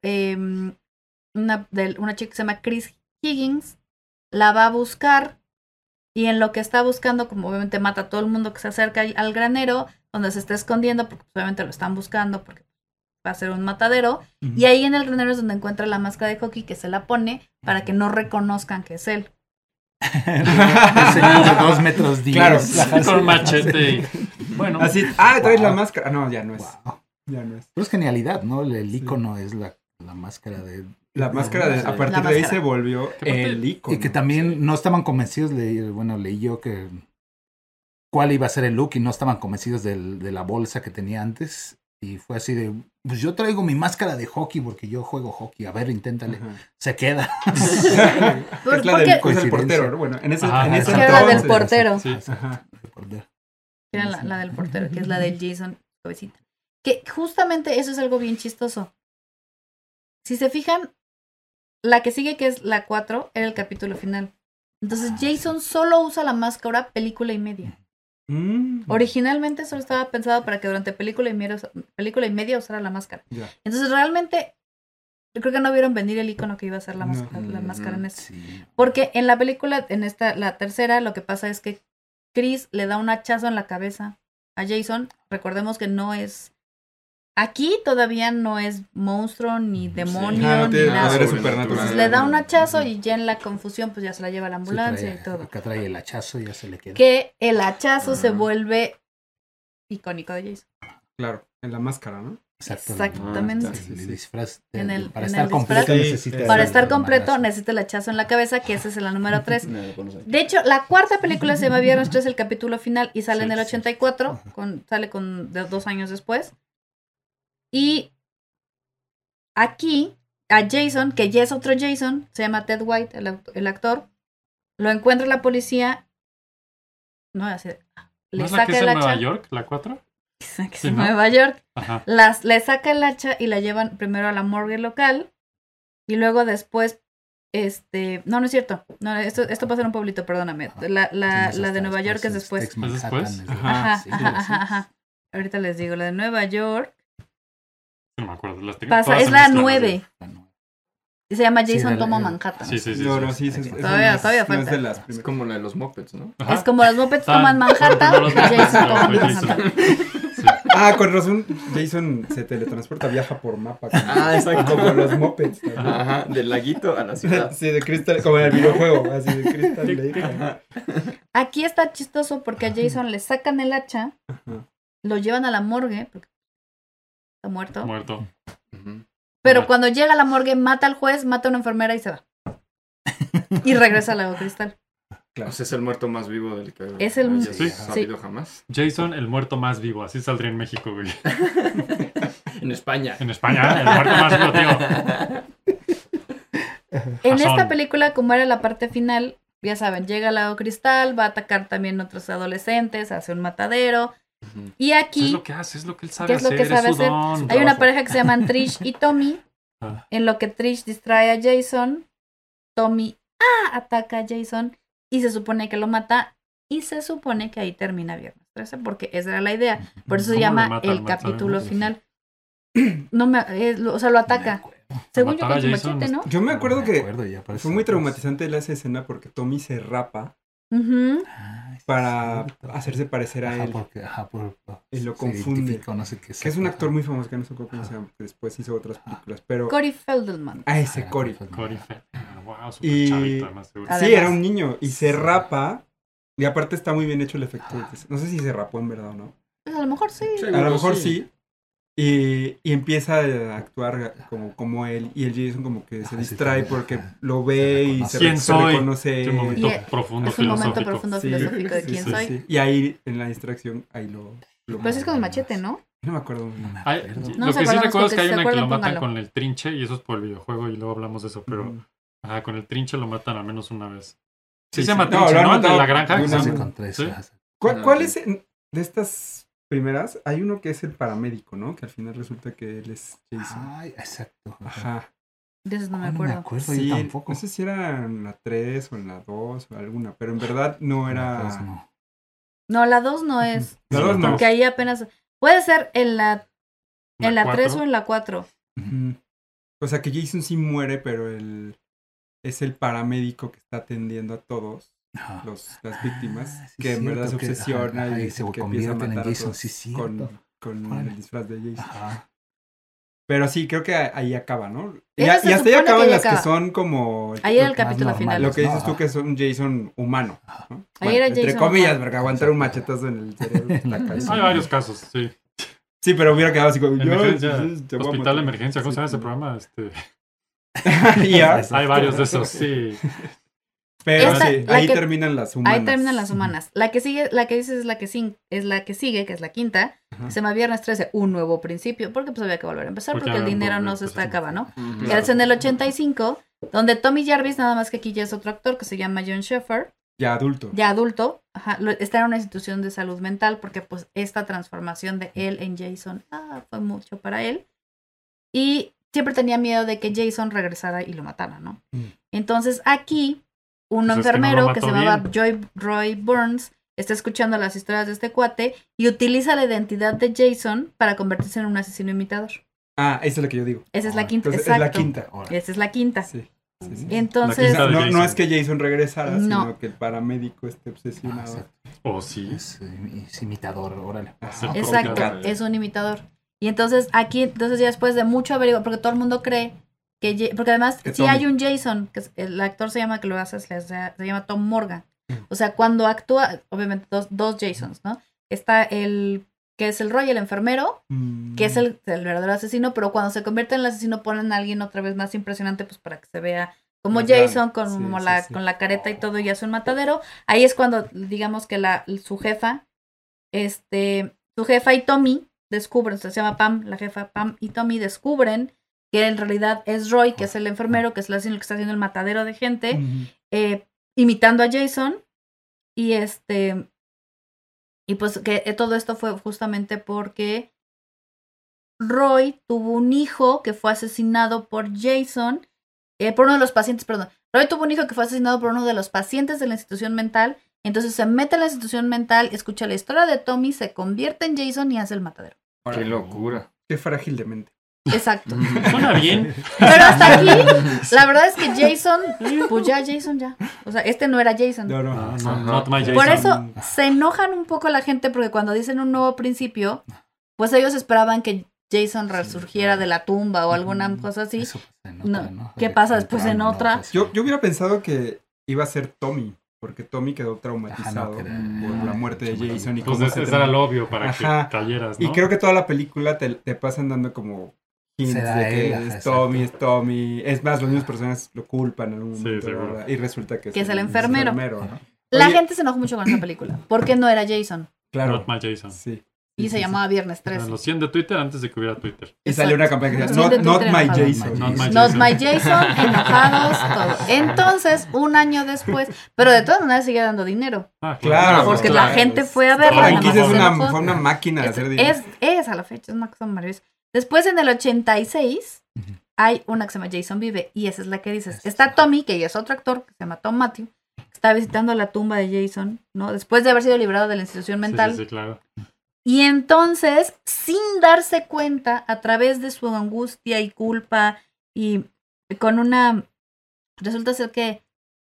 una chica que se llama Chris Higgins. La va a buscar. Y en lo que está buscando, como obviamente mata a todo el mundo que se acerca al granero, donde se está escondiendo, porque obviamente lo están buscando, porque va a ser un matadero. Y ahí en el granero es donde encuentra la máscara de hockey que se la pone para que no reconozcan que es él. El señor de 2 metros 10. Claro. Ajá, Con sí. machete y... Bueno, Así, traes la máscara. No, ya no es. Wow. Ya no es. Pero es genialidad, ¿no? El icono es la máscara de... La máscara de, a La partir de ahí máscara. se volvió Que aparte- el icono. Y que también no estaban convencidos, leí yo que cuál iba a ser el look y no estaban convencidos de la bolsa que tenía antes. Y fue así de, pues yo traigo mi máscara de hockey porque yo juego hockey. A ver, inténtale. Ajá. Se queda. Es la ¿Por del qué? es el Coincidencia. portero, ¿no? Bueno, en ese, Ajá, en ese ajá. Que era la del entonces- portero. sí. Ajá. Que era la del portero, que es la del Jason cabecita. Que justamente eso es algo bien chistoso. Si se fijan, la que sigue, que es la 4, era el capítulo final. Entonces Jason solo usa la máscara película y media. Originalmente solo estaba pensado para que durante película y media usara la máscara. Ya. Entonces realmente creo que no vieron venir el icono que iba a ser la No. máscara en esta. Sí. Porque en la película, la tercera, lo que pasa es que Chris le da un hachazo en la cabeza a Jason. Recordemos que no es... Aquí todavía no es monstruo, ni demonio, Ah, no ni tiene nada. poderes Sobrenatural. supernaturales. Entonces le da un hachazo y ya en la confusión pues ya se la lleva a la ambulancia Sí, y todo. Acá trae el hachazo y ya se le queda. Que el hachazo se Ajá. vuelve icónico de Jason. Claro, en la máscara, ¿no? Exactamente. El disfraz. En el- para en estar el completo disfraz. necesita. Sí, Para sí, estar sí. completo necesita el hachazo en la cabeza, que esa es la número 3. No, lo pones ahí. De hecho, la cuarta película se llama Viernes 3, el capítulo final, y sale Sí, en el sí, 84, sale de 2 años después. Y aquí, a Jason, que ya es otro Jason, se llama Ted White, el actor, lo encuentra la policía. No, así, ¿No le es la que saca es el en hacha. Nueva York, la 4? Que es Sí, en ¿no? Nueva York. Ajá. Le saca el hacha y la llevan primero a la morgue local. Y luego después, no es cierto. No, esto pasa en un pueblito, perdóname. La de Nueva York es después. ¿Es después? Ajá, Sí, ajá, sí. ajá, ajá. Ahorita les digo, la de Nueva York No me acuerdo. Las tengo pasa, todas es en la mis 9. Y se llama Sí, Jason de la- Toma Manhattan. Sí, sí, sí. No, sí. no, sí. Es Todavía no es falta. de las Es primeras. como la de los Muppets, ¿no? Ajá. Es como los Muppets Están- toman Manhattan primero y los Muppets, Jason toma luego Jason. Manhattan. Sí. Ah, con razón, Jason se teletransporta, viaja por mapa. Ah, exacto. Como los Muppets. también. Ajá, del laguito a la ciudad. Sí, de Crystal, como en el videojuego, así de Crystal Lake. Ajá. Aquí está chistoso porque a Jason le sacan el hacha, Ajá. lo llevan a la morgue, porque está muerto. Muerto. Ujú. Pero Ajá. cuando llega a la morgue, mata al juez, mata a una enfermera y se va. Y regresa al lago Cristal. O sea, es el muerto más vivo del que Es el- hayas Sí. sabido jamás. Jason, el muerto más vivo. Así saldría en México, güey. En España. En España, el muerto más vivo, tío. En Jason. esta película, como era la parte final, ya saben, llega al lago Cristal, va a atacar también a otros adolescentes, hace un matadero. Ujú. Y Eso es aquí lo que hace, es lo que él sabe ¿qué es lo hacer, que sabe es su hacer? don. hay una Trabajo. pareja que se llaman Trish y Tommy, Ah. en lo que Trish distrae a Jason, Tommy ataca a Jason y se supone que lo mata y se supone que ahí termina Viernes 13 porque esa era la idea. Por eso se ¿Cómo lo llama mata? el ¿No capítulo sabemos? final. No me, o sea, lo ataca. Según yo Matar con a su Jason machete, ¿no? Yo me acuerdo que Ya parece fue muy atrás. traumatizante esa escena porque Tommy se rapa Ujú. Ay, sí, para cierto. hacerse parecer a Ajá, él. porque, Y lo se confunde. identifica, no sé qué Que es un actor muy famoso que no sé cómo se llama, que después hizo otras películas, pero... Corey Feldman. Ah, ese Cory. Cory Feldman. Wow, súper Y- chavito, además, seguro. Además. Sí, era un niño y se Sí. rapa y aparte está muy bien hecho el efecto. De que no sé si se rapó en verdad o no. Pues a lo mejor sí. Sí. A lo mejor sí. Y empieza a actuar como él y el Jason como que se Ajá, sí, distrae también, porque ajá. lo ve y reconoce. ¿Quién se soy? reconoce. Es un momento Y- profundo, Es un momento filosófico. profundo Sí, filosófico de sí, quién sí, soy. sí. Y ahí en la distracción, ahí lo Pero sí es con el machete, ¿no? No me acuerdo. muy No bien. me Ay, acuerdo. No lo se que sí acuerdan, recuerdo es que porque hay si se una que lo acuerdan, matan pónganlo. con el trinche y eso es por el videojuego y luego hablamos de eso, pero con el trinche lo matan al menos una vez. Sí, Sí, se llama sí. No, trinche, lo han ¿no? El de matado la granja. de una Sí, vez. con tres. Sí. ajá. ¿Cuál es de estas primeras? Hay uno que es el paramédico, ¿no? Que al final resulta que él es Jason. Ay, exacto. Ajá. De eso no me No me acuerdo. acuerdo, Sí, yo tampoco. no sé si era en la 3 o en la 2 o alguna, pero en verdad no era... Pues no. No, la 2 no es. La 2 no. Porque ahí apenas. Puede ser en la 3 4. o en la 4. Ujú. O sea que Jason sí muere, pero es el paramédico que está atendiendo a todos Ajá. las víctimas, Ah, sí, que en verdad se cierto, que- obsesiona ajá, y y es se el que empieza a convierten en matar a Jason, todos sí, cierto. con Órale. el disfraz de Jason. Ajá. Pero sí, creo que ahí acaba, ¿no? Y, Esa se y hasta ahí supone que acaban ahí las que acaba. son como... Ahí era el lo, que- capítulo más final. lo que dices ¿no? tú que es un Jason humano. Ajá. ¿no? Ahí Bueno, era entre Jason comillas, humano. porque aguantar un machetazo en el cerebro está cañón. Hay varios casos, sí. Sí, pero hubiera quedado así como... yo, Emergencia, pues, te voy a hospital matar. de emergencia, ¿cómo se llama ese Sí. programa? Ya. Hay varios de esos, sí. Pero Esta- sí, la ahí que- terminan las humanas. Ahí terminan las humanas. La que sigue, la que dices es la que sigue, que es la quinta. Ajá. Se llama Viernes 13, un nuevo principio. Porque pues había que volver a empezar, Porque porque el había un dinero doble, no se pues, está sí. acabando, ¿no? Ujú. Que es en el 85, donde Tommy Jarvis, nada más que aquí ya es otro actor que se llama John Sheffer, Ya adulto. ya adulto, está en una institución de salud mental porque pues esta transformación de él en Jason fue mucho para él. Y siempre tenía miedo de que Jason regresara y lo matara, ¿no? Mm. Entonces aquí, un Pues es que no lo enfermero que mató se llamaba bien. Roy Burns está escuchando las historias de este cuate y utiliza la identidad de Jason para convertirse en un asesino imitador. Ah, esa es la que yo digo. Esa es la quinta, Entonces, exacto. es la quinta. Órale. Esa es la quinta. Sí. Sí. Entonces, quinta de No, Jason. no es que Jason regresara, No. sino que el paramédico esté Ah, obsesionado. exacto. Oh, sí. Es imitador, órale. Ajá. exacto, Complicado. es un imitador. Y entonces aquí, entonces ya después de mucho averiguar, porque todo el mundo cree que, porque además Que sí Tommy. hay un Jason, que el actor se llama, que lo hace, se llama Tom Morgan. O sea, cuando actúa, obviamente dos Jasons, ¿no? Está el, que es el Roy, el enfermero, que es el verdadero asesino, pero cuando se convierte en el asesino ponen a alguien otra vez más impresionante, pues para que se vea como Más Jason, grande. como Sí, sí. con la careta y todo, y hace un matadero. Ahí es cuando, digamos que su jefa y Tommy descubren, o sea, se llama Pam, la jefa Pam y Tommy descubren que en realidad es Roy, que es el enfermero, que es el asesino que está haciendo el matadero de gente, imitando a Jason, y y pues que todo esto fue justamente porque Roy tuvo un hijo que fue asesinado por Jason, por uno de los pacientes, perdón. Roy tuvo un hijo que fue asesinado por uno de los pacientes de la institución mental, entonces se mete a la institución mental, escucha la historia de Tommy, se convierte en Jason y hace el matadero. Qué locura. Qué frágil de mente. Exacto. Suena bien. Pero hasta aquí, la verdad es que Jason, pues ya Jason ya. O sea, no era Jason. No, no. No, Ajá. not my Jason. Por eso se enojan un poco la gente porque cuando dicen un nuevo principio, pues ellos esperaban que Jason resurgiera de la tumba o alguna cosa así. Eso pasa en No. otra, ¿no? ¿Qué pasa después en otra? Yo hubiera pensado que iba a ser Tommy, porque Tommy quedó traumatizado Ajá, no, que era- por la muerte de Jason y Pues cómo ese se era terminó. lo obvio para Ajá. que cayeras, ¿no? Y creo que toda la película te pasan dando como hints Se da de que él, ajá, es Tommy. Es más, las mismas personas lo culpan en algún Sí, momento, seguro. ¿verdad? Y resulta que Que es el enfermero. Ajá. La Oye. gente se enojó mucho con esa película porque no era Jason Claro. Not my Jason. Sí. y se llamaba Viernes 13. Los 100 de Twitter antes de que hubiera Twitter. Y salió una campaña que Los decía, de not Twitter my enojados. Jason. Not my Not my Jason, enojados, todo. Entonces, un año después, pero de todas maneras sigue dando dinero. Ah, Claro, Porque claro. la gente fue a La verla. nada más franquicia se enojó. fue una máquina de hacer dinero. Es a la fecha, es una cosa maravillosa. Después, en el 86, Ujú. hay una que se llama Jason Vive, y esa es la que dices. Está Tommy, que ya es otro actor, que se llama Tom Matthew, que está visitando la tumba de Jason, ¿no? Después de haber sido liberado de la institución mental. Sí, claro. Y entonces, sin darse cuenta, a través de su angustia y culpa, y con resulta ser que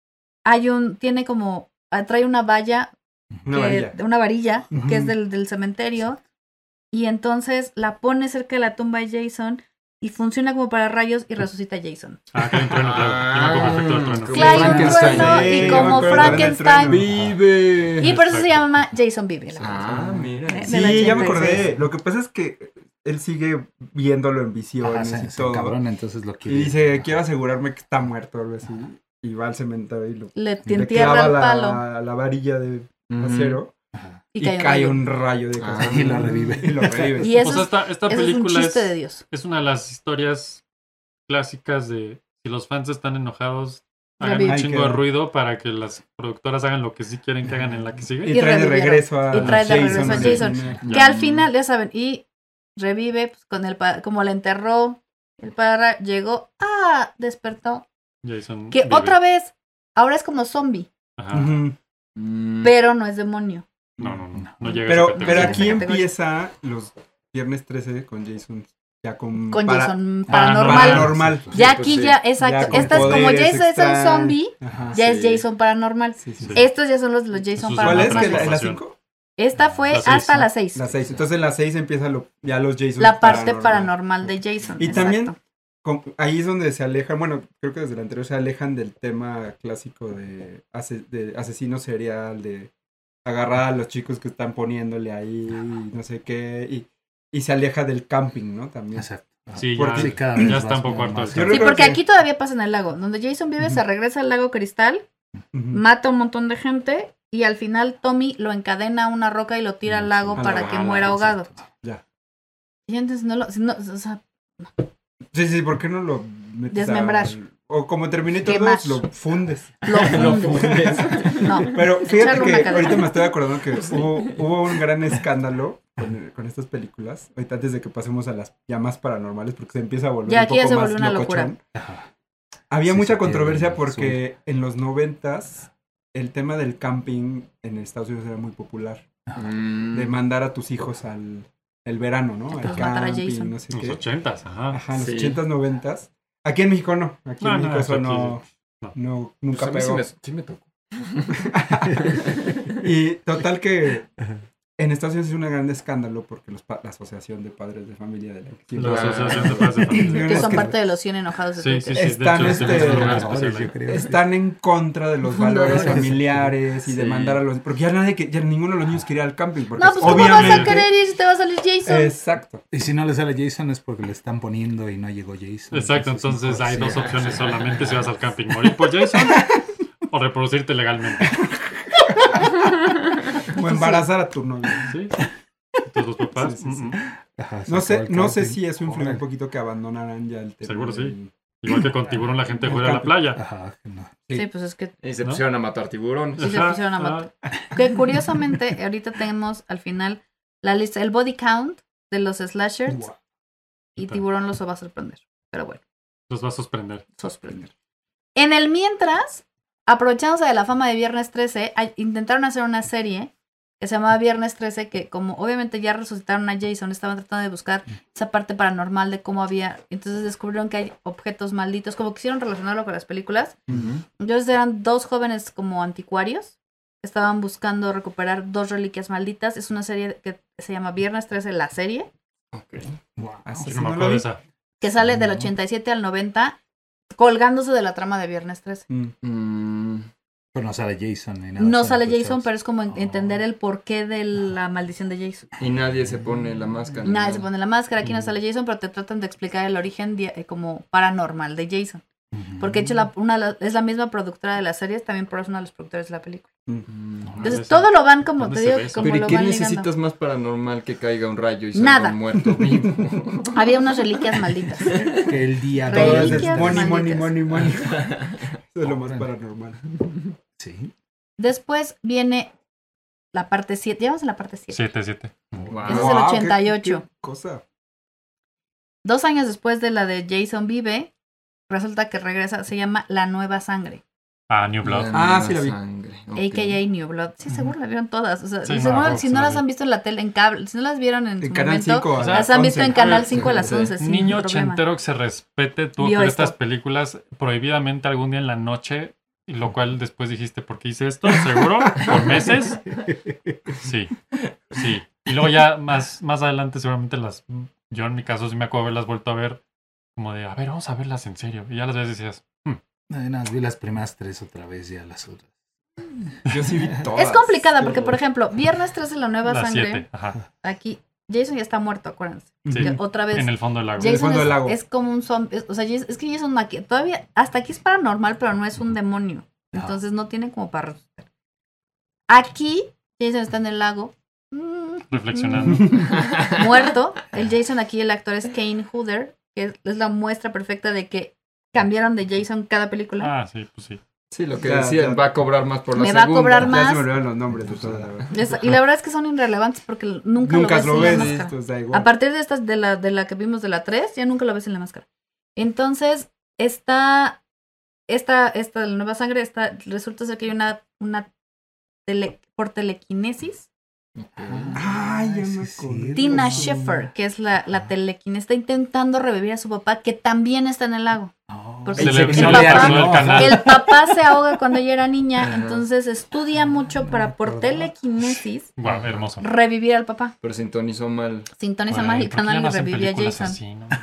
trae una valla, Una varilla. una varilla, que es Ujú. del cementerio, y entonces la pone cerca de la tumba de Jason, y funciona como para rayos, y resucita a Jason. Ah, que hay un trueno, claro. Yo me acuerdo perfecto del trueno. Como Claro, hay un Frankenstein. trueno, Sí, y yo me como acuerdo también del Frankenstein. trueno. ¡Vive! Y por eso se Exacto. llama Jason Vive. la Ah, película. mira. Del Sí, ya me 86. acordé. Lo que pasa es que él sigue viéndolo en Ajá, visiones y se todo. cabrón, entonces lo Y quiere. dice, quiero asegurarme que está muerto o algo así. Y va al cementerio y Le le entierra clava el palo. la varilla de Ujú. acero Ajá. Y y cae, cae un un rayo de Ah, cosa. y lo revive. Y lo revive. Y O eso, sea, esta eso es un película chiste de Dios. es una de las historias clásicas de si los fans están enojados, hagan Revive. un Hay chingo que- de ruido para que las productoras hagan lo que sí quieren que hagan en la que sigue. Y trae de revivieron. regreso a Y trae de Jason. regreso a Jason. Ya. Que al final, ya saben, y revive pues, con como la enterró, el padre llegó, despertó. Jason Que vive. otra vez, ahora es como zombie, Ajá. Ujú. pero no es demonio. No llega a Pero, esa pero categoría. aquí Esa categoría. empieza los viernes 13 con Jason. Ya con Jason paranormal. paranormal. Sí, Ya pues aquí sí. ya, exacto. con Esta es como poderes Jason es el extraños. zombie, Ajá, ya sí. es Jason paranormal. Sí, sí, sí. Estos ya son los Jason Sus ¿Cuál es? Paranormal. ¿Que paranormales. ¿La 5? Esta fue La seis, hasta ¿no? las 6. La 6. Entonces en la 6 empieza ya los Jason. La parte paranormal de Jason. Y también exacto. ahí es donde se alejan, bueno, creo que desde la anterior se alejan del tema clásico de asesino serial, de agarrar a los chicos que están poniéndole ahí y no sé qué, y se aleja del camping, ¿no? También. Exacto. Sí, Porque- ya, Sí, cada vez ya vas está un poco como harto más- del Yo tema. Sí, recuerdo porque que- aquí todavía pasa en el lago. Donde Jason vive, se regresa al lago Cristal, Ujú. mata a un montón de gente y al final Tommy lo encadena a una roca y lo tira al lago a la para que bala, muera ahogado. exacto. Ya. Y entonces o sea, Sí, ¿por qué no lo metes Desmembrar. o como Terminator Quemar. 2, lo fundes. lo fundes. No. Pero fíjate Echarle una que cadena. ahorita me estoy acordando que hubo un gran escándalo con estas películas. Ahorita antes de que pasemos a las llamas paranormales, porque se empieza a volver Ya un aquí ya poco se más volvió una locochón. Ajá. Había Sí, mucha se pierde controversia el porque en los 90s el tema del camping en Estados Unidos era muy popular. De mandar a tus hijos al el verano, ¿no? Pues El matar a camping, Jason. no sé En qué. los 80s, ajá. Ajá, en los Sí. 80s, 90s. Aquí en México no. Aquí en México eso nunca Pues a mí pegó. sí me tocó. Y total que en Estados Unidos es un gran escándalo porque la Asociación de Padres de Familia de la que La siempre- asociación de padres de familia. Que Es son que- parte de los 100 enojados de Sí, Twitter. sí, sí. Están, de hecho, este, tenemos un lugar Ahora especial yo ahí. creo. están en contra de los valores Fundadores. familiares y Sí. de mandar a los... Porque ya ninguno de los niños quería ir al camping. Porque No, pues ¿cómo vas a obviamente... querer ir si te va a salir Jason? Exacto. Y si no le sale Jason es porque le están poniendo y no llegó Jason. Exacto, entonces mejor hay sí. dos opciones solamente si vas al camping. Morir por Jason o reproducirte legalmente. O embarazar a tu novio. ¿Sí? Entonces los papás... Sí, sí, sí. Ajá, No se acabó sé, el no sé camping. si eso influye un Órale. poquito que abandonaran ya el tema. Seguro sí. del- Igual que con tiburón la gente El juega a la camping. playa. Ajá, que no. Sí, pues es que Y se ¿No? pusieron a matar tiburones. sí se Ajá, pusieron a ajá. matar. Que curiosamente, ahorita tenemos al final la lista, el body count de los slashers Guau. y Tiburón los va a sorprender. Pero bueno, Los vas a sorprender. sorprender. En el mientras, aprovechándose de la fama de Viernes 13, intentaron hacer una serie que se llamaba Viernes 13, que como obviamente ya resucitaron a Jason, estaban tratando de buscar esa parte paranormal de cómo había, entonces descubrieron que hay objetos malditos, como quisieron relacionarlo con las películas. Entonces eran dos jóvenes como anticuarios que estaban buscando recuperar dos reliquias malditas. Es una serie que se llama Viernes 13, la serie, Guau. Así Yo no me no lo acuerdo de vi. esa. que sale del No. 87 al 90, colgándose de la trama de Viernes 13. Pero no sale Jason ni nada. No son sale sospechosos. Jason, pero es como Oh. entender el porqué de la maldición de Jason. Y nadie se pone la máscara. Nadie ¿no? se pone la máscara, aquí no sale Jason, pero te tratan de explicar el origen como paranormal de Jason. Ujú. Porque de hecho es la misma productora de las series, también por eso una de los productores de la película. Entonces ves todo lo van como ¿Dónde te se digo, ve eso? como Pero ¿y lo qué van necesitas ligando. más paranormal que caiga un rayo y salga Nada. un muerto vivo? Había unas reliquias malditas. Que el día Todo es Reliquias money, money, malditas. money, money. Eso es lo más paranormal. Sí. Después viene la parte 7. Ya vamos en la parte 7. 7. Wow. Ese es el 88. qué cosa. 2 años después de la de Jason Vive, resulta que regresa, se llama La Nueva Sangre, Ah, New Blood. Ah, sí la vi. a.k.a. New Blood. Sí, seguro la vieron todas. O sea, Sí, y no, seguro, si sí no la las vi. han visto en la tele, en cable, si no las vieron en En su Canal momento, 5. O sea, las han visto 11. en Canal ver, 5 a las sí. 11. Sin Niño problema. ochentero que se respete tuvo Vio que ver esto. estas películas prohibidamente algún día en la noche, y lo cual después dijiste, ¿por qué hice esto? ¿Seguro? ¿Por meses? Sí, sí. Y luego ya más adelante seguramente yo en mi caso sí me acuerdo haberlas vuelto a ver como de, a ver, vamos a verlas en serio. Y ya las veces decías, Nada, vi las primeras 3 otra vez, ya las otras. Yo sí vi todas. Es complicada porque, por ejemplo, Viernes 13, La Nueva las Sangre, 7. Ajá. aquí, Jason ya está muerto, acuérdense. Sí. Que otra vez, En el fondo del lago. el Jason fondo del lago. es como un zombie, o sea, es que Jason todavía, hasta aquí es paranormal, pero no es un demonio. Entonces no tiene como para resucitar. Aquí, Jason está en el lago, Reflexionando. muerto. El Jason aquí, el actor es Kane Hodder, que es la muestra perfecta de que cambiaron de Jason cada película. Ah, sí, pues sí. Sí, lo que Ya, decían, ya. va a cobrar más por la Me segunda. va a cobrar Ya más. se me olvidaron los nombres de todas. la verdad. Y la verdad es que son irrelevantes porque nunca Nunca lo lo ves ves, en la máscara. esto da igual. A partir de estas, de la que vimos de la 3, ya nunca lo ves en la máscara. Entonces, esta la Nueva Sangre, resulta ser que hay una por telequinesis. Ay, ya me sí, acordé. sí. Tina Sí. Sheffer, que es la telequinesis, está intentando revivir a su papá, que también está en el lago. No, Porque Se el le papá- pasó el canal. El papá se ahoga cuando ella era niña, Ajá. entonces estudia mucho para por telequinesis Wow, hermoso. revivir al papá. Pero sintonizó mal. Sintoniza Güey, mal el ¿por qué ya canal no y hacen revivía a películas Jason. así, no?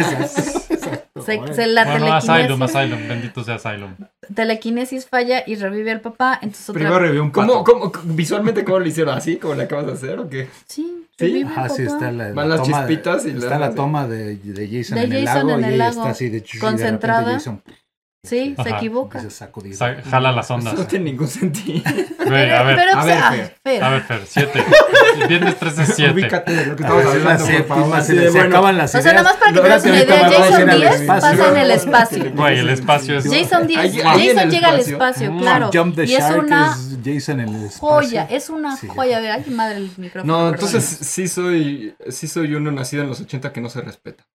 La Bueno, Asylum, telequinesis, bendito sea Asylum. telequinesis falla y revive al papá, entonces otra Primero revivió un pato. ¿Cómo, visualmente cómo lo hicieron? ¿Así como le acabas de hacer o qué? Sí, ¿Sí? revive al Ajá, sí, papá. está la Van las toma chispitas y está la- la toma de Jason De en el Jason lago en y el ella lago, está así de y concentrada. de repente Jason Sí, se Ajá. equivoca. empieza a sacudir. Jala las Eso no ondas. tiene ningún sentido. Güey, a ver, pero, a o ver, sea, Fer. a ver, Fer, 7. Viernes 13 es 7. Ubícate de lo que A estamos ver, es la hablando, por séptima, favor. se, Sí, se bueno. acaban las O sea, ideas. nada más para que te Ahora des una ahorita idea, vamos a Jason ir al 10 espacio. pasa en el espacio. Güey, el espacio es... Jason 10, Ahí en Jason el llega al espacio. espacio, claro. Jump the Y es Shark una es Jason en el espacio. joya, es una Sí. joya. A ver, ay, madre el micrófono. No, perdón. entonces sí soy uno nacido en los 80 que no se respeta.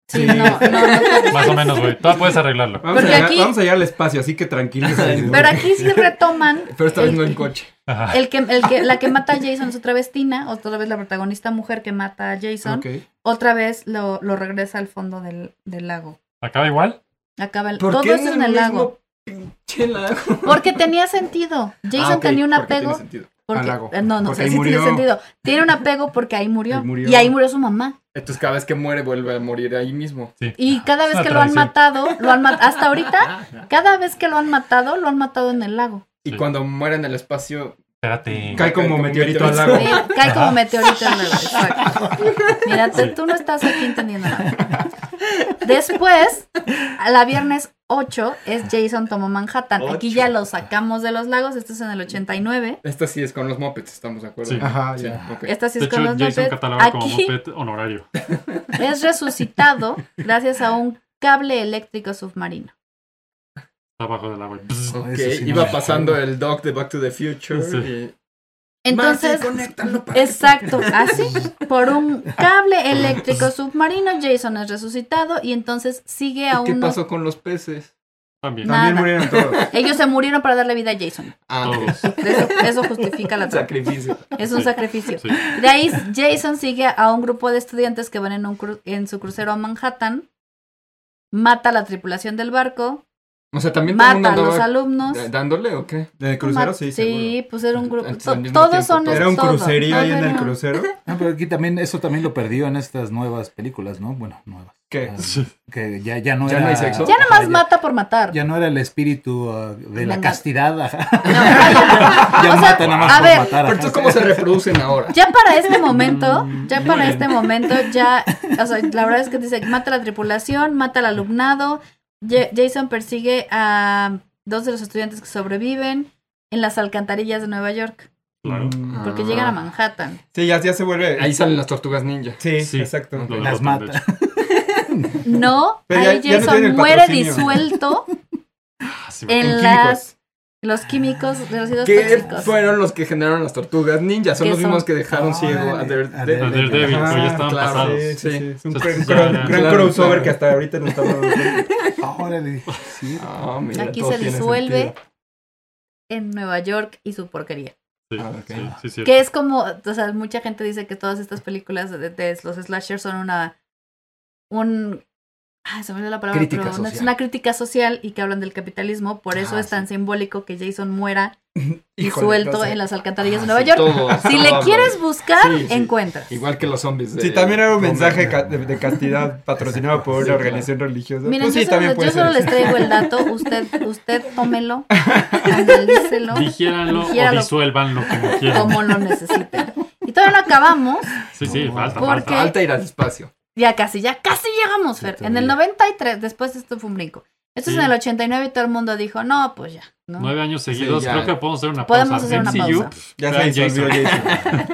Sí, no. Más o menos, güey. Todavía puedes arreglarlo. Porque aquí- vamos a llegar al espacio, así que tranquilos. Pero aquí sí retoman. Pero esta vez no en coche. Ajá. La que mata a Jason es otra vez Tina, otra vez la protagonista mujer que mata a Jason, Ok. otra vez lo regresa al fondo del lago. ¿Acaba igual? Acaba ¿Por todo qué eso en el lago. Pinche lago. Porque tenía sentido. Jason Ok, tenía un porque apego. tiene sentido. Porque, Al lago. no Porque sé ahí si tiene murió. sentido. Tiene un apego porque ahí murió. Ahí murió. Y ahí murió su mamá. Entonces cada vez que muere vuelve a morir ahí mismo. Sí. Y cada vez una que lo han tradición. matado, hasta ahorita, cada vez que lo han matado en el lago. Y Sí. cuando muere en el espacio, Espérate. Cae como como meteorito al meteorito. lago. Sí, cae como meteorito en el lago. Exacto. Mira, tú no estás aquí entendiendo nada. Después, a la viernes 8 es Jason tomó Manhattan. Aquí 8. ya lo sacamos de los lagos. Esto es en el 89. esta sí es con los Muppets, ¿estamos de acuerdo? Sí. Ajá, Sí, ya. ok. Esta sí De es con hecho, los Jason Muppets. catalogado como Aquí Muppet honorario. es resucitado gracias a un cable eléctrico submarino. Está abajo del agua. Ok, Eso sí no iba me pasando acuerdo. el Doc de Back to the Future. Sí. Y... Entonces, Marty, conéctalo para que- exacto, así, por un cable eléctrico submarino, Jason es resucitado y entonces sigue a ¿Y qué unos... pasó con los peces? También. Nada. También murieron todos. Ellos se murieron para darle vida a Jason. Ah, ok. Todos. Eso justifica la trama. Sacrificio. Es un Sí. sacrificio. Sí. De ahí Jason sigue a un grupo de estudiantes que van en su crucero a Manhattan, mata a la tripulación del barco, O sea, también todo el mundo mata a los andaba alumnos. ¿Dándole o qué? ¿De crucero? Sí, Sí, pues era un grupo. Al mismo Todos tiempo, son todo. Era un todo. crucerío ahí Todo en el era- crucero. Ah, pero aquí también, eso también lo perdió en estas nuevas películas, ¿no? Bueno, nuevas. ¿Qué? Ah, Sí. que ya no ¿Ya era... no hay sexo? Ya nomás Ajá, mata por matar. Ya no era el espíritu de la Venga. castidad. Ajá. No, ya- Ya o sea, mata nada más a por ver, matar. Pero ajá. entonces, ¿cómo se reproducen ahora? Ya para este momento, Mueren. ya, o sea, la verdad es que dice, mata a la tripulación, mata al alumnado, Jason persigue a 2 de los estudiantes que sobreviven en las alcantarillas de Nueva York, Claro. porque Ah. llegan a Manhattan. Sí, ya se vuelve. Ahí salen las tortugas ninja. Sí, Sí. exacto. Lo Las derrotan, de mata. hecho. No, Pero ahí ya no Jason tiene el muere patrocinio. disuelto Ah, sí, me en En las los químicos, residuos ¿Qué tóxicos. fueron los que generaron las tortugas ninja? Son ¿Qué los mismos son? que dejaron ciego a Órale, Daredevil. a acuerdo. Daredevil, Ajá, pero ya estaban claro, pasados. Sí, sí, Sí. sí. Es un Entonces, gran, ya, gran claro, crossover claro. que hasta ahorita no estamos dando cuenta. Órale, sí. Ah, mira, Aquí todo se tiene disuelve sentido. en Nueva York y su porquería. Sí, Ah, ok. sí, sí. Que es como, o sea, mucha gente dice que todas estas películas de los slashers son se me olvidó la palabra, Crítica pero social. es una crítica social y que hablan del capitalismo, por eso Ah, es tan sí. simbólico que Jason muera Híjole, disuelto no sé. en las alcantarillas de Ah, Nueva sí, York. Todo, Si todo le habla quieres de- buscar, Sí, sí. encuentras. Igual que los zombies de Sí, también era un Romero. mensaje de castidad patrocinado por una organización religiosa. Miren, Pues sí, yo también solo, puede yo solo ser. les traigo el dato, usted tómelo, analícelo, Digiéranlo o Digiéralo. disuelvan lo que no quieran. como lo necesiten. Y todavía no acabamos, Sí, sí, falta, ¿Por falta. qué? Falta ir al espacio. ya casi llegamos, Fer. En el 93, después esto fue un brinco. Esto es Sí. en el 89 y todo el mundo dijo, no, pues ya, ¿no? 9 años seguidos, Sí, ya. creo que podemos hacer una Podemos pausa. hacer una MCU, pausa. Ya se vean disolvió Jason.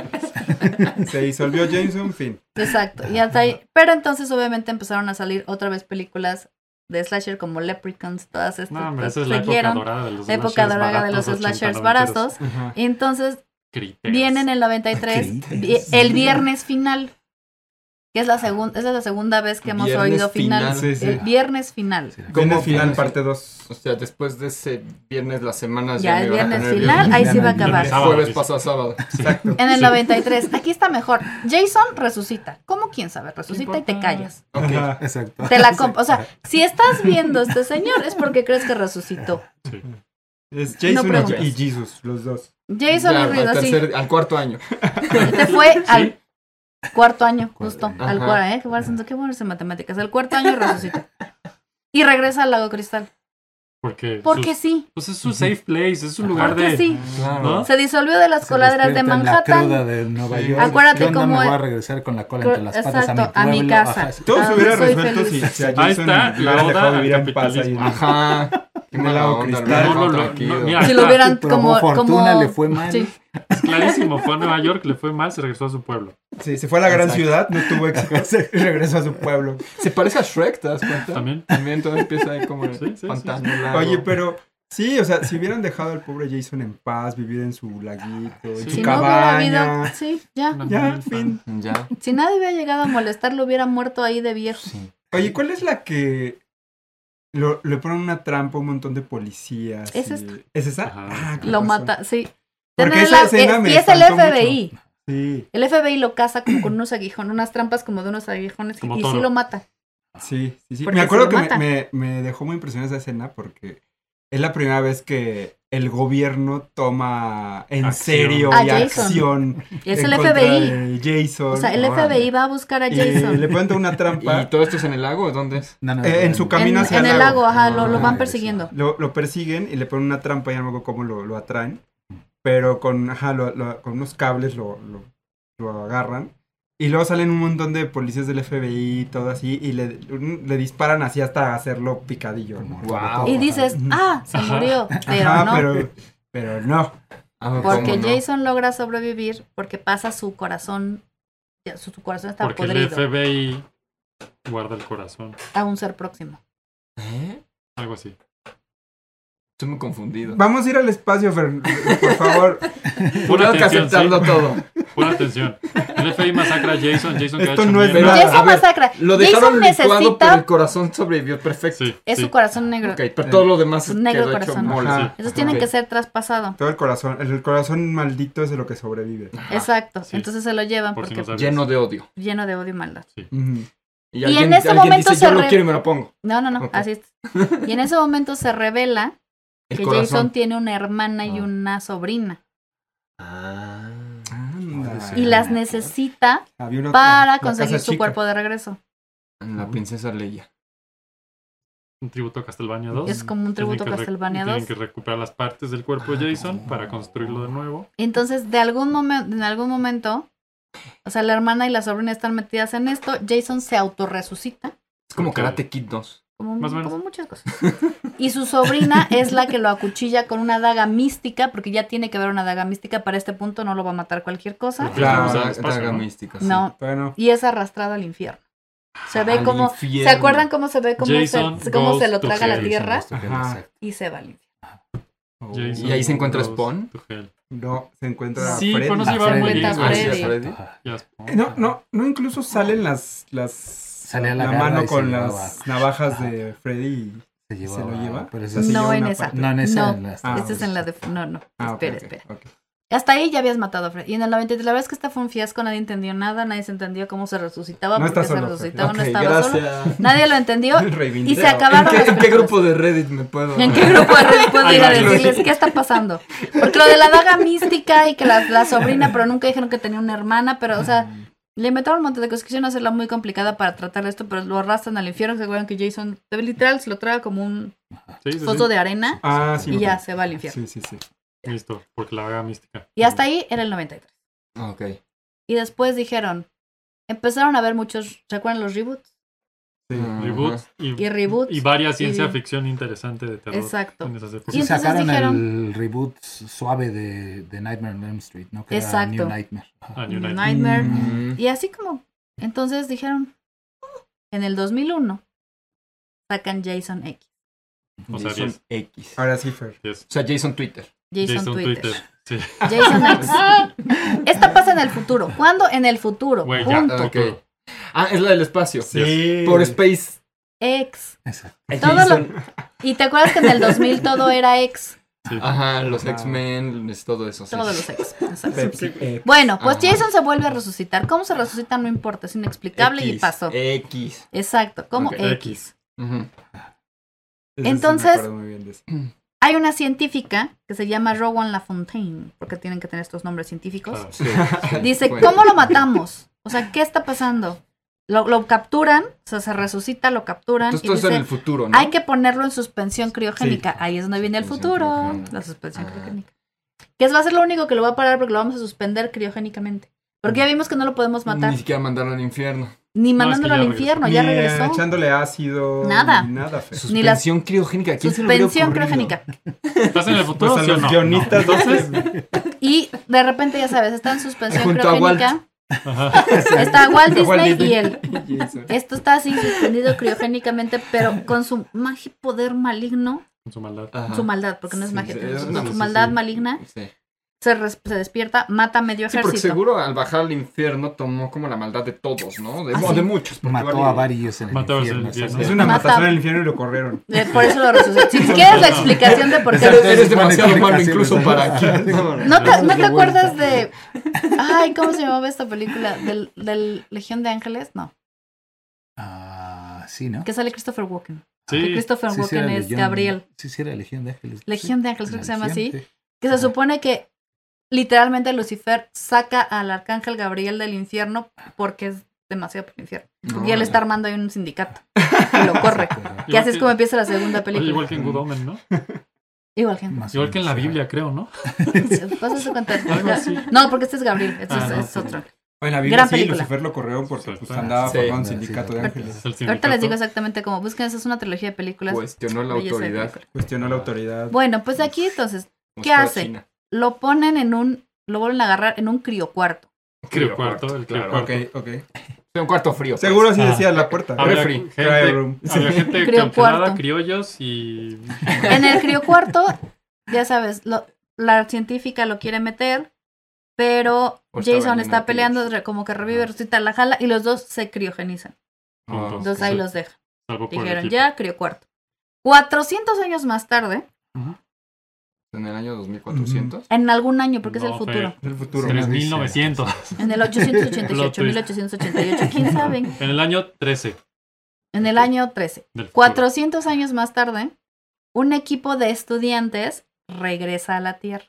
Jason. Se disolvió Jason, fin. Exacto, y hasta ahí. Pero entonces obviamente empezaron a salir otra vez películas de slasher como Leprechauns, todas estas. No, hombre, pues, esa es la época siguieron. dorada de los La época slashers dorada de los baratos, slashers 80, baratos. Ajá. Y entonces Critters. viene en el 93 Critters. el viernes final, que es la segunda vez que hemos Viernes oído final. final. Sí, sí. El viernes final. Viene el fue final, eso? parte 2. O sea, después de ese viernes, las semanas Ya me el iban a viernes tener final, ahí sí va a Viernes acabar. final. Sábado, Jueves dice. pasado sábado. Exacto. En el 93, aquí está mejor. Jason resucita. ¿Cómo quién sabe? Resucita y te importa? callas. Ok. Ajá. Exacto. Te la o sea, si estás viendo a este señor es porque crees que resucitó. Sí. Es No Jason preguntes. y Jesus, los dos. Jason Ya, y Reed, al, así. al cuarto año. Te fue al cuarto año, justo. Ajá. Al cuarto, qué bueno es en matemáticas. Al cuarto año resucita. Y regresa al lago Cristal. Porque Sí. pues es su safe place, es su lugar Porque de... sí. Claro. ¿no? Se disolvió de las Se coladeras de despierta en la cruda Manhattan. de Nueva Sí. York. Acuérdate ¿Qué onda? cómo Me voy es- a regresar con la cola entre las patas Exacto, a mi pueblo. casa. Ajá, sí. Todo se hubiera Soy resuelto si feliz. a Ahí Jason está, le la hubieran oda dejado al vivir en paz ahí. capitalismo. Ajá. Qué En el mala lago onda, Cristal. lo No, dejaron no, tranquilo. mira, Si está- lo hubieran Pero por fortuna le fue mal. Sí. es clarísimo, fue a Nueva York, le fue mal, se regresó a su pueblo. Sí, se fue a la gran Exacto. ciudad, no tuvo éxito y regresó a su pueblo. Se parece a Shrek, ¿te das cuenta? También. También todo empieza ahí como Sí, sí, pantano. sí, sí. lago. Oye, pero sí, o sea, si hubieran dejado al pobre Jason en paz, vivir en su laguito, en Sí. su Si no hubiera cabaña. habido. Sí, ya. Ya, fin. Ya. Si nadie hubiera llegado a molestarlo, hubiera muerto ahí de viejo. Sí. Oye, ¿cuál es la que le ponen una trampa a un montón de policías? Es y- esta. ¿Es esa? Ajá. con Lo razón. mata, sí. Porque Tiene esa escena me y es el espantó FBI. mucho. Sí, El FBI lo caza como con unos aguijones, unas trampas como de unos aguijones Como y Toro. sí lo mata. sí. Porque Me se acuerdo lo que mata. me dejó muy impresionada esa escena porque es la primera vez que el gobierno toma en Acción. serio A y Jason. acción Es en el contra FBI. de Jason. O sea, el Órale. FBI va a buscar a Y Jason. le ponen una ¿Y trampa. todo esto es en el lago o dónde es? No, En su camino hacia En el el lago. lago, ajá, lo Ah, van sí. persiguiendo. Lo persiguen y le ponen una trampa, ya no me acuerdo cómo lo atraen. Pero con, con unos cables lo agarran. Y luego salen un montón de policías del FBI y todo así. Y le disparan así hasta hacerlo picadillo. ¿no? Guau. Y dices, se murió. Pero Ajá, no. pero no. Ah, Porque ¿cómo no? Jason logra sobrevivir porque pasa su corazón. Su corazón está Porque el podrido FBI guarda el corazón. a un ser próximo. ¿Eh? Algo así. Estoy muy confundido. Vamos a ir al espacio, por favor. Pon Tengo que atención, aceptarlo ¿sí? todo. Pon atención. El FBI masacra a Jason queda Esto hecho no es mierda. nada. Jason a ver, masacra. Lo dejaron Jason licuado, pero necesita. el corazón sobrevivió perfecto. Sí, Es sí. su corazón negro. Ok, pero todo lo demás Su negro quedó hecho corazón. mole. Ajá. Esos tienen Ok. que ser traspasado. Todo el corazón maldito es de lo que sobrevive. Exacto. Sí. Entonces se lo llevan Por si porque no sabías. Lleno de odio. lleno de odio y maldad. Ujú. Y, en ese momento dice, se yo lo quiero y me lo pongo. No, Ok. así es. Y en ese momento se revela El que corazón. Jason tiene una hermana y Ah. una sobrina. Ah. Anda. Y las necesita Había una para la conseguir casa su chica. cuerpo de regreso. La princesa Leia. Un tributo a Castlevania 2. Es como un tributo a Tienen que Castlevania 2. Tienen que recuperar las partes del cuerpo de Jason para construirlo de nuevo. Entonces, en algún momento, o sea, la hermana y la sobrina están metidas en esto. Jason se autorresucita, Es como Ok. Karate Kid 2. Más o menos. como muchas cosas. Y su sobrina es la que lo acuchilla con una daga mística, porque ya tiene que haber una daga mística. Para este punto no lo va a matar cualquier cosa. Porque Claro, estamos en el espacio, Daga ¿no? mística. sí. No, Bueno, y es arrastrado al infierno. Se ve Al como, infierno. ¿se acuerdan cómo se ve cómo Jason cómo se goes lo to traga la hell. tierra? Ajá. Y se va al infierno. Jason ¿Y ahí se encuentra goes Spawn? to hell. no, se encuentra Sí, Freddy. pero no se llevaron muy bien. Freddy. Ah, sí, a Freddy. Freddy. Ya, Spawn. No, incluso salen las Salía la garra mano y se con llevaba. las navajas de Freddy. Se ¿Se llevaba, lo lleva? pero O ese sea, sí- se No lleva en una esa. parte. no en esa. No. en la- Ah, Esta es en la de... No, Ah, ok, espera. ok. Hasta ahí ya habías matado a Fred. Y en el 93, la verdad es que esta fue un fiasco, nadie entendió nada, nadie se entendió cómo se resucitaba, No porque está se solo, resucitaba, no Ok, estaba solo. gracias. Nadie lo entendió. Y Reivindica. se acabaron las ¿En qué películas. grupo de Reddit me puedo...? ¿En qué grupo de Reddit puedo ir a Ay, decirles qué está pasando? Porque lo de la daga mística y que la sobrina, pero nunca dijeron que tenía una hermana, pero, o sea, le inventaron un montón de cosas. Quisieron hacerla muy complicada para tratar esto, pero lo arrastran al infierno. Se acuerdan que Jason, literal, se lo traga como un Sí, sí, pozo sí. de arena Ah, sí. y me ya acuerdo. se va al infierno. Sí. Listo, porque la haga mística. Y hasta ahí era el 93. Ok. Y después dijeron, empezaron a ver muchos, ¿se acuerdan los reboots? Sí. Reboots Y reboots. y varias ciencia y- ficción interesante de terror. Exacto. En esas épocas. Y Sí, entonces sacaron dijeron- el reboot suave de Nightmare on Elm Street, ¿no? Que era Exacto. New Nightmare. Ajá. Ah, New Night. Nightmare. Mm. Y así como, entonces dijeron, en el 2001 sacan Jason X. O sea, Jason 10. X. Ahora sí, Fer. Yes. O sea, Jason Twitter. Jason, Twitter. Sí. Jason X. Esta pasa en el futuro. ¿Cuándo? En el futuro. Güey, ya. Punto. Ok. Ah, es la del espacio. Sí. Por Space. X. Exacto. Todo Jason. Y te acuerdas que en el 2000 todo era X. Sí. Ajá, los Ah. X-Men, es todo eso. sí. Todos los X. Exacto. Pepsi. Bueno, pues Ajá. Jason se vuelve a resucitar. ¿Cómo se resucita? No importa, es inexplicable y X, pasó. X. Exacto, como Ok. X. Ujú. Ese sí Entonces- me acuerdo muy bien de eso. Hay una científica que se llama Rowan LaFontaine, porque tienen que tener estos nombres científicos. Claro. Sí, sí. Dice, Bueno. ¿cómo lo matamos? O sea, ¿qué está pasando? Lo capturan, o sea, se resucita, lo capturan Entonces y todo eso en dice, el futuro, ¿no? hay que ponerlo en suspensión criogénica. Ahí es donde viene el Suspensión futuro, criogénica. la suspensión Ah. criogénica. Que va a ser lo único que lo va a parar porque lo vamos a suspender criogénicamente. Porque ya vimos que no lo podemos matar. Ni siquiera mandarlo al infierno. Ni No, mandándolo es que al ya infierno, Ni ya regresó. echándole ácido. Nada. Ni nada, Fer. Ni la Suspensión criogénica. ¿Quién se lo hubiera Suspensión ocurrido? criogénica. ¿Estás en el futuro? Pues a ¿sí o los no? guionistas. No. Entonces, Y de repente, ya sabes, está en suspensión Junto a Walt. criogénica. ajá. Está Walt Walt Disney Disney. y él. Jason. Esto está así suspendido criogénicamente, pero con su magia poder maligno, Con su maldad. Ajá. su maldad, porque no es Sí, magia, sí, con no, su sí, maldad sí. maligna, Sí. se despierta, mata a medio Sí, porque ejército. seguro al bajar al infierno tomó como la maldad de todos, ¿no? Ah, O sí. de muchos. porque Mató vale- a varios en el Mató a varios en el infierno. infierno. Es una Mata- matación en el infierno y lo corrieron. Por eso lo resucitó. Si quieres la explicación de por qué... Eres demasiado Buena malo explicación, incluso ¿sabes? para aquí. ¿No te de acuerdas vuelta. de... Ay, ¿cómo se llamaba esta película? ¿Del Legión de Ángeles? No. Sí, ¿no? Que sale Christopher Walken. Sí. Que Christopher Sí, sí, Walken era es Legión- Gabriel. Sí, era Legión de Ángeles. Legión de Ángeles, creo que se llama así. Legión, sí. Que se supone que literalmente Lucifer saca al arcángel Gabriel del infierno porque es demasiado por el infierno. Y él está armando ahí un sindicato. Y lo corre. Que así es como empieza la segunda Oye, película. igual que en Good Omen, ¿no? Igual que Más o Igual que en la menos, Biblia, creo, ¿no? ¿Vas a contar? Algo así. No, porque este es Gabriel. Este Ah, es, no, es sí. otro. En la Biblia Gran sí, película. Lucifer lo corrieron porque pues, Sí. andaba Sí. formando un Sí, sindicato sí. de ángeles. Es el Ahorita les digo sindicato. exactamente cómo. Busquen, esa es una trilogía de películas. Cuestionó la Belleza de autoridad. película. Cuestionó la autoridad. Bueno, pues aquí entonces ¿qué Mostró a hace? China. lo ponen lo vuelven a agarrar en un criocuarto. Creo cuarto, el claro. cuarto. Ok, ok. Un cuarto frío. pues. Seguro así Ah. decía la puerta. Había Refri. Cry gente, room. había gente Creo congelada, cuarto. criollos y... En el criocuarto, ya sabes, la científica lo quiere meter, pero O estaban Jason está inactivos. peleando, como que revive, resucita, la jala y los dos se criogenizan. juntos. Entonces ahí los deja. Salvo por el Dijeron, equipo. ya, criocuarto. 400 años más tarde, En el año 2400. en algún año, porque es el No, futuro. Es el futuro. 3900. En el 888, 1888, quién sabe. En el año 13 En el año 13. del futuro. 400 años más tarde, un equipo de estudiantes regresa a la Tierra.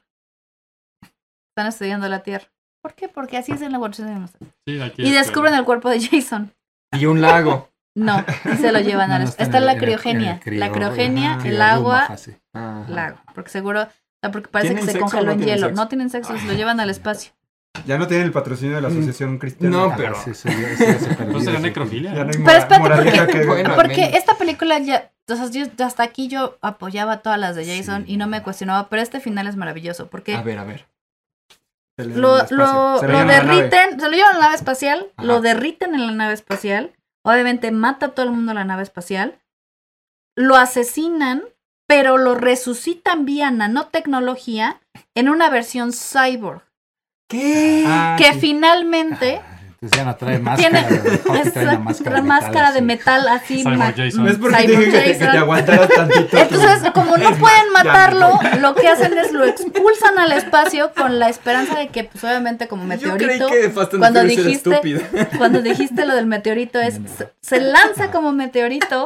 Están estudiando la Tierra. ¿Por qué? Porque así es en la evolución. Sí, aquí Y está. descubren el cuerpo de Jason. Y un lago. No, y se lo llevan a la... Está en la criogenia. La criogenia, el agua, Ajá. lago. Porque seguro... Porque parece que ¿Tienen se sexo o congeló no en tienen hielo. sexo? No tienen sexo, se lo llevan al espacio. Ya no tienen el patrocinio de la Asociación Cristiana. No, Ah, pero- sí, eso ya se perdió. ¿No será necrofilia? Ya no hay Pero espérate, moraleja que... Bueno, al Porque menos. esta película ya... O sea, hasta aquí yo apoyaba todas las de Jason Sí. y no me cuestionaba, pero este final es maravilloso porque A ver. Se le- lo espacio. Se lo lo llevan a la nave. derriten, se lo llevan a la nave espacial, Ajá. lo derriten en la nave espacial, obviamente mata a todo el mundo en la nave espacial, lo asesinan, pero lo resucitan vía nanotecnología en una versión cyborg, ¿Qué? Ah, que sí. finalmente Entonces ya no trae tiene máscara. Trae la máscara de metal así. Cyborg Jason. No es porque Cyborg dije que te Jason. aguantaras tantito. Entonces, como no pueden ya me matarlo, lo que hacen es lo expulsan al espacio con la esperanza de que, pues obviamente, como meteorito, Yo creí que Fast and cuando Furious era dijiste- estúpido. cuando dijiste lo del meteorito, es se lanza como meteorito,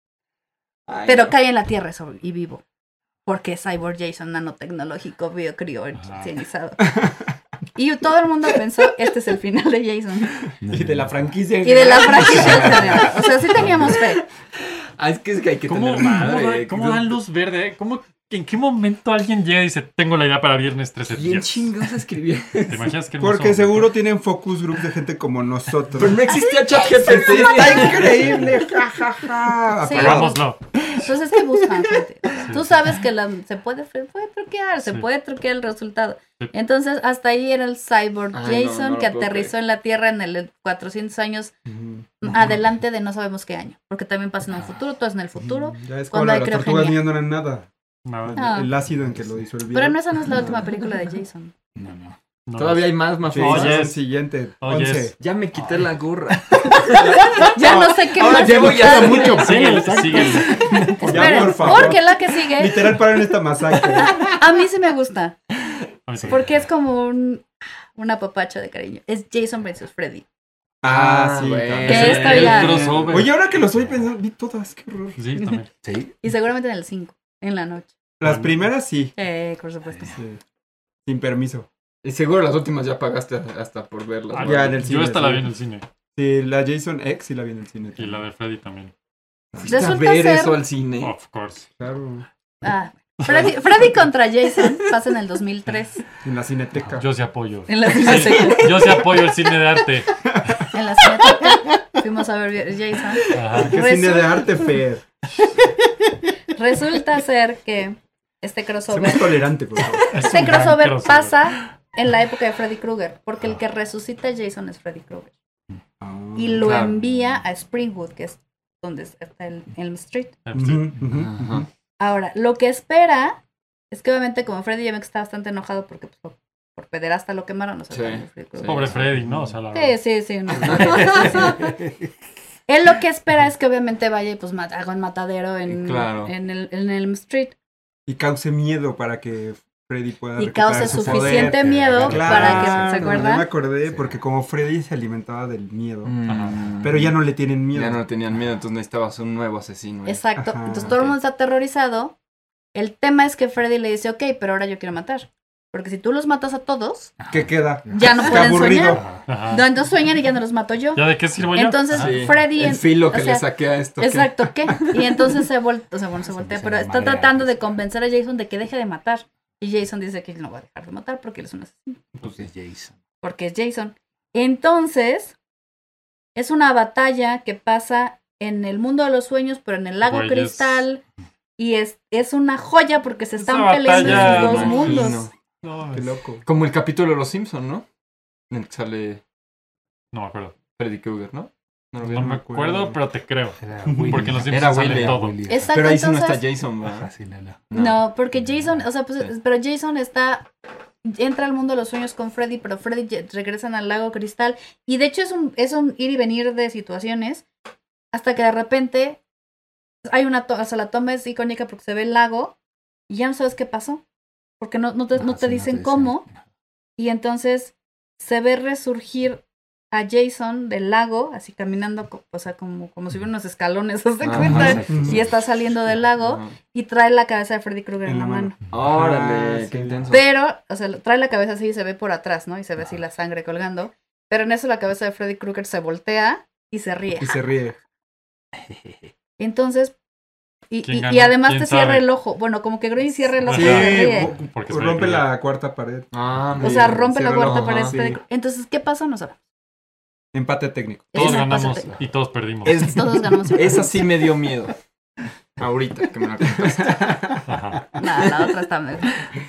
Ay, pero no. cae en la Tierra y vivo. Porque es Cyborg Jason nanotecnológico biocriogenizaado. Y todo el mundo pensó, este es el final de Jason. Y de la franquicia. en Y de la general. franquicia en general. O sea, sí teníamos fe. Ah, es que hay que ¿Cómo, tener madre. cómo dan luz verde? ¿En qué momento alguien llega y dice, tengo la idea para viernes 13 Bien días? chingados a escribir. ¿Te imaginas qué hermoso Porque momento? seguro tienen focus group de gente como nosotros. Pero no existía ChatGPT. Está increíble, jajaja. Sí. Hagámoslo. Entonces, ¿qué buscan, gente? Tú sabes que se puede truquear, se Sí. puede truquear el resultado. Sí. Entonces, hasta ahí era el Cyborg Ay, no, Jason no lo que puedo aterrizó en la Tierra en el 400 años Ujú. adelante de no sabemos qué año. Porque también pasa en un futuro, todo es en el futuro. Ya es Cuando cuando hay las tortugas criogenia. niñas no eran nada. Nada. Ah. El ácido en que lo disolvieron. Pero esa no es la última película de Jason. No. No. Todavía hay más Sí, Oh, es yes. el siguiente. Oh, 11. yes. Ya me quité la gorra. Ya no sé qué Ahora más. ya me buscar. queda mucho. Síguele, síguele. Esperen, por favor. porque la que sigue, Literal pararon esta masacre. a mí sí me gusta. A mí sí. Porque es como una papacha de cariño. Es Jason vs. Freddy. Ah, sí. bueno. claro. Que esta El ya- crossover. Oye, ahora que lo estoy pensando, vi todas, qué horror. Sí, también. Sí. Y seguramente en el 5, en la noche. Las primeras sí. Por supuesto. Sí. Sin permiso. Y seguro las últimas ya pagaste hasta por verlas. Ah, ¿no? ya en el cine, Yo esta la sí. vi en el cine. Sí, la Jason X sí la vi en el cine. Y la de Freddy también. ¿Fuiste a Resulta ver ser- eso al cine? Of course. Claro. Freddy contra Jason pasa en el 2003. En la cineteca. Ah. Yo sí apoyo. En la cineteca. Yo sí apoyo el cine de arte. En la cineteca fuimos a ver Jason. Ajá. ¿Qué cine de arte, Fer? Resulta ser que este Sé crossover, más tolerante, por favor. Es este un gran crossover pasa en la época de Freddy Krueger, porque el que resucita a Jason es Freddy Krueger. Y lo claro. envía a Springwood, que es donde está el Elm Street. Ujú, ujú. Ajá. Ahora, lo que espera es que obviamente como Freddy ya ve que está bastante enojado porque pues, por pederasta lo quemaron. O sea, Sí, también Freddy Krueger. Pobre Freddy, ¿no? O sea, la verdad. Sí. No. Él lo que espera es que obviamente vaya y pues haga un matadero en Elm Street. Y cause miedo para que Freddy pueda Y recuperar cause su suficiente poder. miedo Claro, para que, ¿se ya acuerdan? me acordé, porque como Freddy se alimentaba del miedo. Ajá. Pero ya no le tienen miedo. Ya no tenían miedo, entonces necesitabas un nuevo asesino. Exacto. Ajá, Entonces todo el mundo está aterrorizado. El tema es que Freddy le dice, ok, pero ahora yo quiero matar. Porque si tú los matas a todos, ¿Qué queda? ya no Qué pueden aburrido. soñar. Ajá. No, entonces sueñan y ya no los mato yo. ¿Ya de qué sirvo yo? Entonces Sí, Freddy... el filo que o sea, le saqué a esto. ¿qué? Exacto, ¿qué? Y entonces se voltea, pero está Madrea, tratando de pues. convencer a Jason de que deje de matar. Y Jason dice que él no va a dejar de matar porque él es un asesino. Pues es Jason. Porque es Jason. Entonces, es una batalla que pasa en el mundo de los sueños, pero en el lago Güeyes. Cristal. Y es una joya porque se están Esa peleando batalla, esos dos me mundos. imagino. No, Qué loco. Como el capítulo de Los Simpson, ¿no? En el que sale no me acuerdo. Freddy Krueger, ¿no? ¿No lo No vieron? me acuerdo, pero te creo. Era Willy. Porque en los Era Simpsons sale Willy. todo. Exacto, Pero ahí sí no entonces... está Jason, Ajá, ¿verdad? sí, Lela. No, porque Jason, o sea, pues, Sí. pero Jason entra al mundo de los sueños con Freddy, pero Freddy regresan al lago Cristal. Y de hecho es un ir y venir de situaciones hasta que de repente hay o sea, la toma es icónica porque se ve el lago y ya no sabes qué pasó. Porque no te dicen cómo. Y entonces se ve resurgir a Jason del lago, así caminando, o sea, como si hubiera unos escalones, ¿se Ajá, cuenta? exacto. Y está saliendo del lago Ajá. y trae la cabeza de Freddy Krueger en la mano. Órale, Ah, qué sí. intenso. Pero, o sea, trae la cabeza así y se ve por atrás, ¿no? Y se ve así la sangre colgando. Pero en eso la cabeza de Freddy Krueger se voltea y se ríe. Y se ríe. Entonces, ¿Quién y ganó? además ¿Quién te cierra sabe? el ojo. Bueno, como que Grey cierra el ojo Sí, y se ríe. Porque se rompe ve la cuarta pared. Ah, O sea, mira, rompe la cierra el cuarta ojo, pared. ajá. Freddy Krueger. Entonces, ¿qué pasó? No sabemos. Empate técnico. Todos Es una ganamos cosa- y todos perdimos. Todos ganamos. Esa sí me dio miedo. Ahorita que me la contaste. Ajá. Nada, la otra está mejor.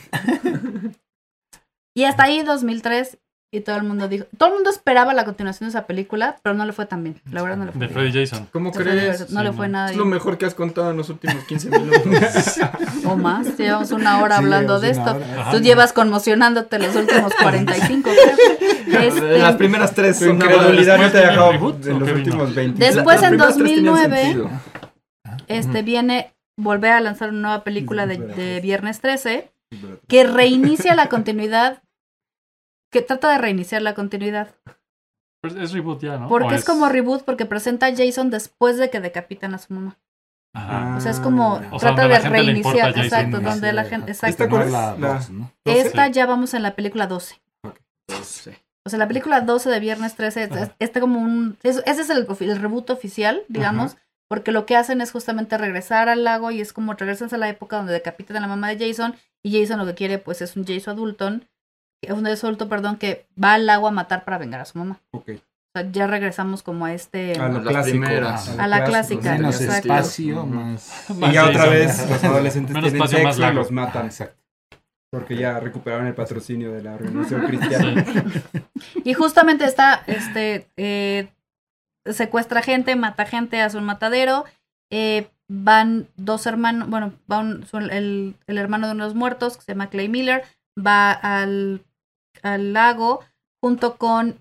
Y hasta ahí 2003 y todo el mundo esperaba la continuación de esa película, pero no le fue tan bien. La verdad no le fue De bien. Freddy Jason. ¿Cómo De Freddy crees? Krueger, no le Sí, fue no. nada Es lo bien. mejor que has contado en los últimos 15 minutos. O más, llevamos una hora hablando de esto. Ajá. Tú llevas conmocionándote los últimos 45, creo. Las primeras 3 Tu son incredulidad no te ha ¿Después dejado vino el reboot, en o los qué vino? últimos 20. Después, Las en primeras tres tenían 2009, sentido. viene volver a lanzar una nueva película de Viernes 13 que reinicia la continuidad, que trata de reiniciar la continuidad. Pues es reboot ya, ¿no? Porque ¿O es como reboot, porque presenta a Jason después de que decapitan a su mamá. Ajá. O sea, es como O sea, trata donde de la gente le importa reiniciar, a Jason, exacto, ¿no? donde la gente, ¿Esta exacto. cuál No es? la La- 2, ¿no? Esta ya vamos en la película 12. Sí. O sea, la película 12 de Viernes 13 está como ese es el reboot oficial, digamos, porque lo que hacen es justamente regresar al lago y es como regresan a la época donde decapitan a la mamá de Jason y Jason lo que quiere pues es un Jason adulto, que va al lago a matar para vengar a su mamá. Ok. O sea, ya regresamos como a este... A lo Las clásico. primeras. A la clásica. Menos exacto. espacio, Ujú. más... Y ya otra Jason. vez los adolescentes Menos tienen espacio, más sexo y lago. los matan. Exacto. Porque ya recuperaron el patrocinio de la organización cristiana. Y justamente está, secuestra gente, mata gente, hace un matadero. Van dos hermanos, bueno, el hermano de uno de los muertos, que se llama Clay Miller, va al lago junto con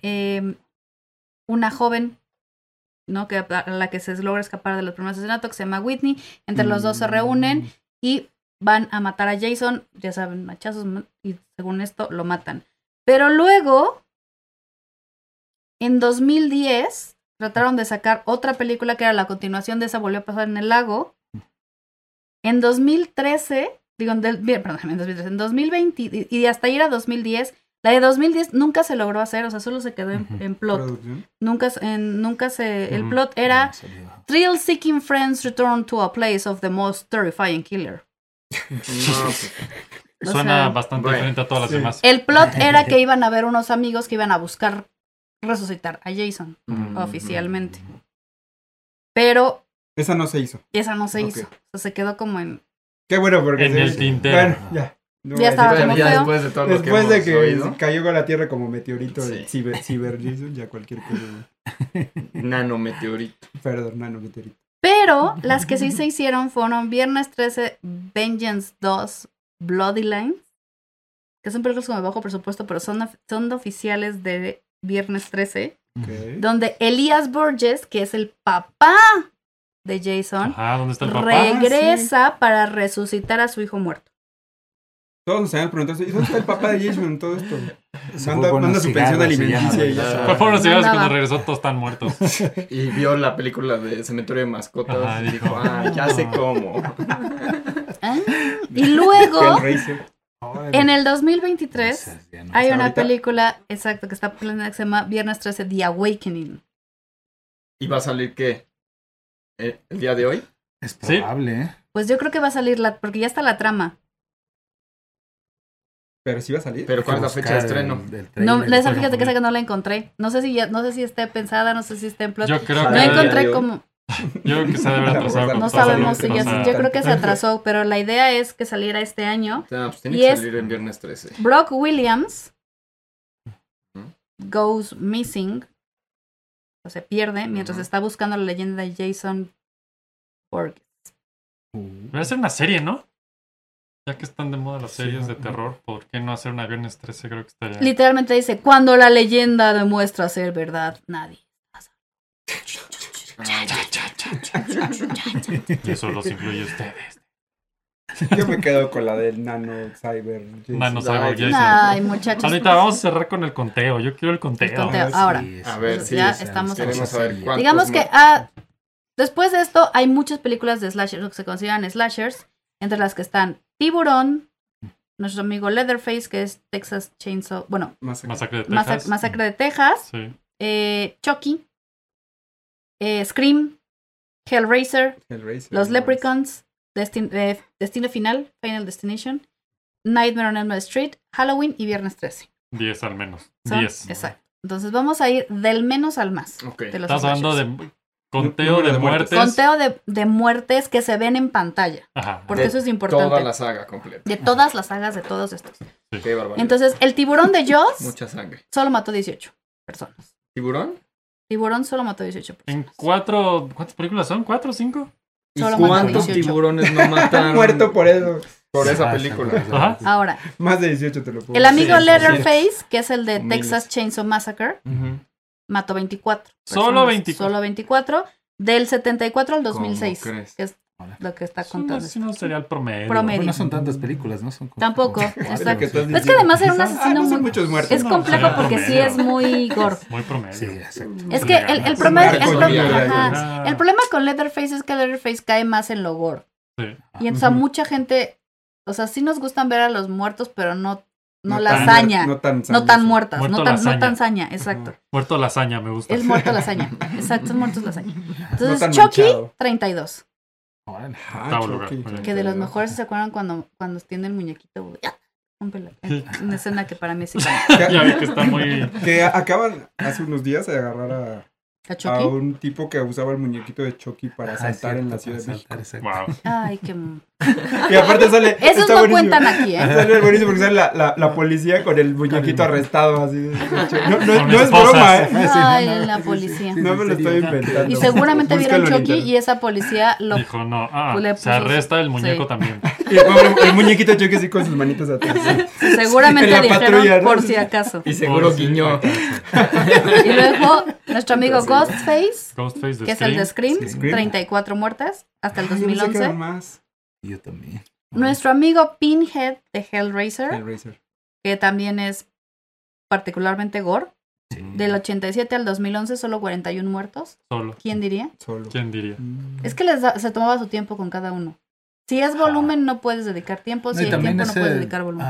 una joven, ¿no? A la que se logra escapar de los primeros asesinatos, que se llama Whitney. Entre los dos se reúnen y van a matar a Jason, ya saben, machazos, y según esto lo matan. Pero luego, en 2010, trataron de sacar otra película que era la continuación de esa, volvió a pasar en el lago. En 2013, en 2013, en 2020, y hasta ir a 2010, la de 2010 nunca se logró hacer, o sea, solo se quedó en plot. Producción. El plot era Thrill-seeking friends return to a place of the most terrifying killer. No, pues, O Suena sea, bastante bueno, diferente a todas las sí. demás. el plot era que iban a ver unos amigos que iban a buscar resucitar a Jason, Mm. oficialmente. Pero Esa no se hizo. esa no se Ok. hizo. O sea, se quedó como en... Qué bueno porque... En el tintero. Bueno, ya. No voy Ya a estaba decir como nada. ya feo. después de todo lo que Después de hemos que oído, cayó con la Tierra como meteorito, Sí. el ciber Jason, ya cualquier cosa. nanometeorito. Perdón, no, meteorito. Pero las que sí se hicieron fueron Viernes 13, Vengeance 2, Bloody Lines que son películas con bajo presupuesto, pero son oficiales de Viernes 13, Ok. donde Elías Burgess, que es el papá de Jason, Ajá, ¿dónde está el papá? regresa para resucitar a su hijo muerto. Todos nos habían preguntado, ¿y dónde está el papá de Jason en todo esto? Se fue por Manda unos su pensión cigarros y ya no alimenticia y ya regresó. está. Fue por unos cigarros Andaba. cuando regresó, todos están muertos. Y vio la película de Cementerio de Mascotas Ajá, y dijo, ya sé cómo. ¿Ah? Y luego, Hellraiser. en el 2023, Esas ya no. hay una ¿Ahorita? película, exacto, que está planeada que se llama Viernes 13, The Awakening. ¿Y va a salir qué? ¿El día de hoy? Es Sí. probable, ¿eh? Pues yo creo que va a salir porque ya está la trama. Pero sí va a salir. ¿Pero cuál es la fecha de Buscar estreno? el No, trailer. esa fíjate que esa que no la encontré. No sé si esté pensada, no sé si está en plot. Yo creo No que, día de encontré hoy. como, yo creo que se debe atrasar. No con no todo sabemos lo si que ya, pasa. yo creo que se atrasó, pero la idea es que saliera este año. Pues tiene Y que es- salir en Viernes 13. Brock Williams Ujú. goes missing, o se pierde, mientras Ujú. está buscando la leyenda de Jason Voorhees. Debe ser una serie, ¿no? Ya que están de moda las Sí, series de ajá. terror, ¿por qué no hacer una Viernes 13? Creo que estaría... Literalmente dice, cuando la leyenda demuestra ser verdad, nadie. Y eso los incluye ustedes. Yo me quedo con la del Nano Cyber. Jason. Nano Cyber Ay, Jason. Ay, muchachos. Ahorita vamos a cerrar con el conteo. Yo quiero el conteo. El conteo. Sí, Ahora, A ver, sí. ya sí, estamos queremos aquí. saber cuántos digamos que más. después de esto hay muchas películas de slashers, lo que se consideran slashers, entre las que están Tiburón, nuestro amigo Leatherface, que es Texas Chainsaw, bueno, Masacre de Texas. Masacre de Texas, Sí. Chucky, Scream, Hellraiser, Hellraiser. Los Leprechauns, Destino Final, Final Destination, Nightmare on Elm Street, Halloween y Viernes 13. 10 al menos. Son- 10. Exacto. Entonces vamos a ir del menos al más. Ok. De los Estás hablando slashers. de conteo Número de de muertes. muertes. Conteo de muertes que se ven en pantalla. Ajá. Porque De eso es importante. Toda la saga completa. De todas las sagas de todos estos. Qué barbaridad. Entonces, el tiburón de Jaws Mucha sangre. solo mató 18 personas. ¿Tiburón? Tiburón solo mató 18 En personas. ¿cuántas películas son? ¿4 o 5? ¿Y Solo mató cuántos 18. tiburones no mataron Muerto por eso. por esa Ah, película? Ajá. Ahora, Más de 18 te lo puedo el amigo sí, Leatherface, que es el de Miles. Texas Chainsaw Massacre, Ujú. mató 24. Solo personas. 24. Solo 24. Del 74 al 2006. ¿Cómo crees? Que es lo que está Sí, no, contando. sí, no sería el promedio. Promedio. Bueno, no son tantas películas, ¿no? Son como- Tampoco, como- exacto. que estás Es que además era un asesino no son muy... muchos muertos. Es No, complejo sería porque sí promedio. es muy gore. Muy promedio. Sí, exacto. Es que el Un promedio... narco ajá. Ah. El problema con Leatherface es que Leatherface cae más en lo gore. Sí. Y entonces a Ujú. mucha gente, o sea, sí nos gustan ver a los muertos, pero no la tan- hazaña, No tan, no tan muertas, Muerto no la tan, no hazaña. tan saña, exacto. Muerto lasaña, me gusta. Es muerto la hazaña, exacto, son muertos la hazaña. Entonces, tan Chucky, manchado. 32. Órale. Octavo lugar, muy bien. Que de los mejores, ¿se acuerdan cuando extiende el muñequito? ¡Ya! Rómpela. Una escena que para mí es icónica. Ya vi que está muy... Que acaban hace unos días de agarrar ¿A a Chucky? un tipo que usaba el muñequito de Chucky para Ah, saltar en la cierto, Ciudad de para México. saltar, exacto. Wow. Ay, qué... Y aparte sale. Esos está no buenísimo. cuentan aquí, ¿eh? Sale buenísimo porque sale la policía con el muñequito arrestado así. No, Con no es esposas. broma, ¿eh? Ay, la policía. No me lo estoy inventando. Y seguramente vieron Búscalo en Chucky internet. y esa policía lo... Dijo, no, le se puso- arresta el muñeco sí. también. Y el muñequito de Chucky así con sus manitas atrás. Seguramente En la dijeron patrulla, ¿no? por si acaso. Y seguro Por si guiñó. Y luego nuestro amigo Ghostface, Ghostface de que es el de Scream, Sí, Scream. 34 muertas hasta el Ay, yo pensé que 2011. eran más. Yo también. Nuestro amigo Pinhead de Hellraiser, Hellraiser. que también es particularmente gore. Del 87 al 2011 solo 41 muertos. Solo. ¿Quién diría? Solo. ¿Quién diría? Es que se tomaba su tiempo con cada uno. Si es volumen no puedes dedicar tiempo, si y hay también tiempo no ese, puedes dedicar volumen.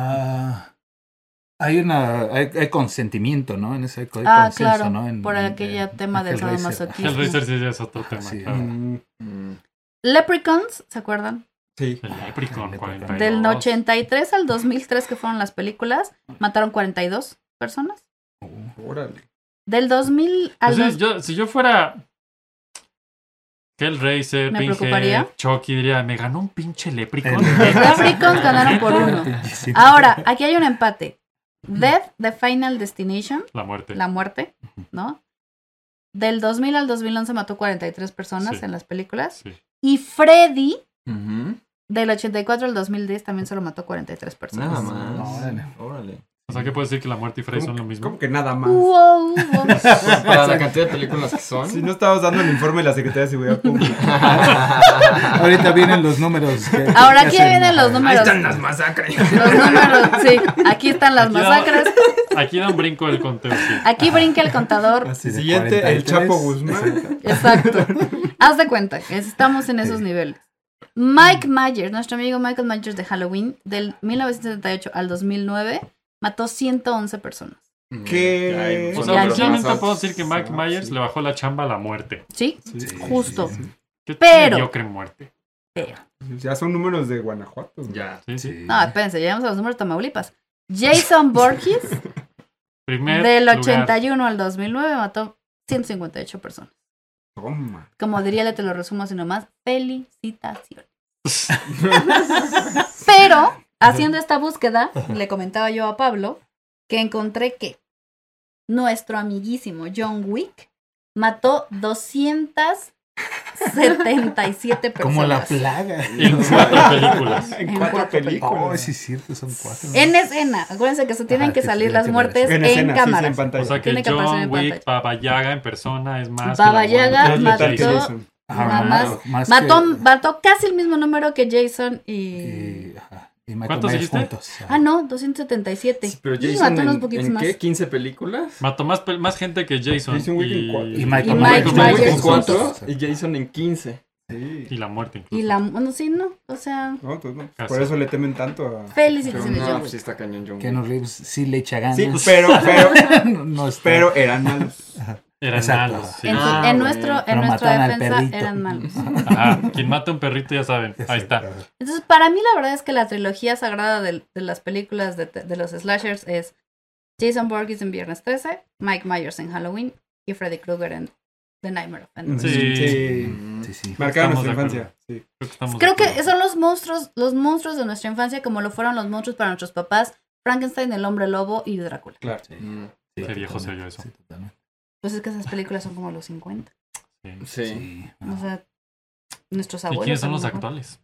hay consentimiento, ¿no? En ese hay Ah, consenso, claro, ¿no? por aquella tema del Hellraiser. sadomasoquismo. Hellraiser sí ya es otro tema. Sí. claro. Mm, Leprechauns, ¿se acuerdan? sí. El Leprechaun, 42. Del 83 al 2003, que fueron las películas, mataron 42 personas. Órale. Del 2000 al Pues si yo fuera Hellraiser, Me Pinhead, preocuparía. Chucky, diría, me ganó un pinche Leprechaun. Leprechauns ganaron por uno. Sí. Ahora, aquí hay un empate. Death, The Final Destination, La muerte. la muerte, ¿no? Del 2000 al 2011 mató 43 personas Sí. en las películas. Sí. Y Freddy, Ujú. del 84 al 2010 también solo mató 43 personas. Nada más. Órale. Órale. O sea, ¿qué puedes decir que la muerte y Frey son lo mismo? Como que nada más. Wow, wow. Para la cantidad de películas que son. Si no estabas dando el informe de la Secretaría de Seguridad Pública. Ahorita vienen los números. Ahora aquí vienen los Ahí números. están las masacres. Los números, sí. Aquí están las Aquí da- masacres. Aquí da un brinco el conteo, sí. Aquí brinca el contador. Así, de siguiente, el 43. Chapo Guzmán. Exacto. Haz de cuenta que estamos en esos niveles. Mike Myers, nuestro amigo Michael Myers de Halloween, del 1978 al 2009, mató 111 personas. ¿Qué? O Ya, sea, ya. oficialmente puedo decir que Mike Sí. Myers le bajó la chamba a la muerte. ¿Sí? Sí. Justo. Qué Pero- mediocre muerte. Pero. Ya son números de Guanajuato. Ya. Sí, sí. Sí. No, espérense, llegamos a los números de Tamaulipas. Jason Voorhees, Primer del lugar. 81 al 2009, mató 158 personas. Toma. Como diría, le te lo resumo así nomás. Felicitaciones. Pero, haciendo esta búsqueda, le comentaba yo a Pablo que encontré que nuestro amiguísimo John Wick mató 277 personas. Como la plaga. En 4 películas. En En 4 cuatro películas. Oh, sí, es cierto, son 4. En escena. Acuérdense que se tienen Ajá, que sí, salir sí, las sí, muertes En en, escena, sí, sí, cámara. en pantalla. O sea que Tiene que aparecer John en Wick, pantalla. Baba Yaga en persona es más. Baba que la Yaga muerte de Más letal que mató- Jason. Mató casi el mismo número que Jason y... Y Michael ¿Cuántos Myers dijiste? juntos. Ah, no, 277. Sí, pero Y Jason, mató unos poquitos ¿en más. qué? ¿15 películas? Mató más gente que Jason. Jason Wick en 4. Y Michael Y Myers. Mike Myers en 4 juntos. y Jason en 15. Sí. Y la muerte incluso. Y la... Bueno, sí, no. O sea, No, pues no. Casi. Por eso le temen tanto a... Pero felicitaciones, no, John pues sí Wick. está cañón John Wick. Keanu Reeves sí le echa ganas. Sí, pero no está. pero eran malos. Eran Exacto. malos. Sí. En, Ah, en bueno. nuestra Pero mataron al defensa perrito. eran malos. Ajá. Quien mata a un perrito ya saben. Ahí está. Entonces, para mí la verdad es que la trilogía sagrada de las películas de los slashers es Jason Voorhees en Viernes 13, Mike Myers en Halloween y Freddy Krueger en The Nightmare of Endor. Sí. Sí. Sí, sí. Marcaron Estamos nuestra de acuerdo. infancia. Sí. Creo que son los monstruos de nuestra infancia como lo fueron los monstruos para nuestros papás, Frankenstein, el hombre lobo y Drácula. Claro. Sí, Mm, sí, Qué viejo totalmente, se oyó eso. sí, totalmente. Pues es que esas películas son como los 50. Sí. Sí. Sí. O sea, nuestros ¿Y abuelos. quiénes son a lo los mejor. actuales?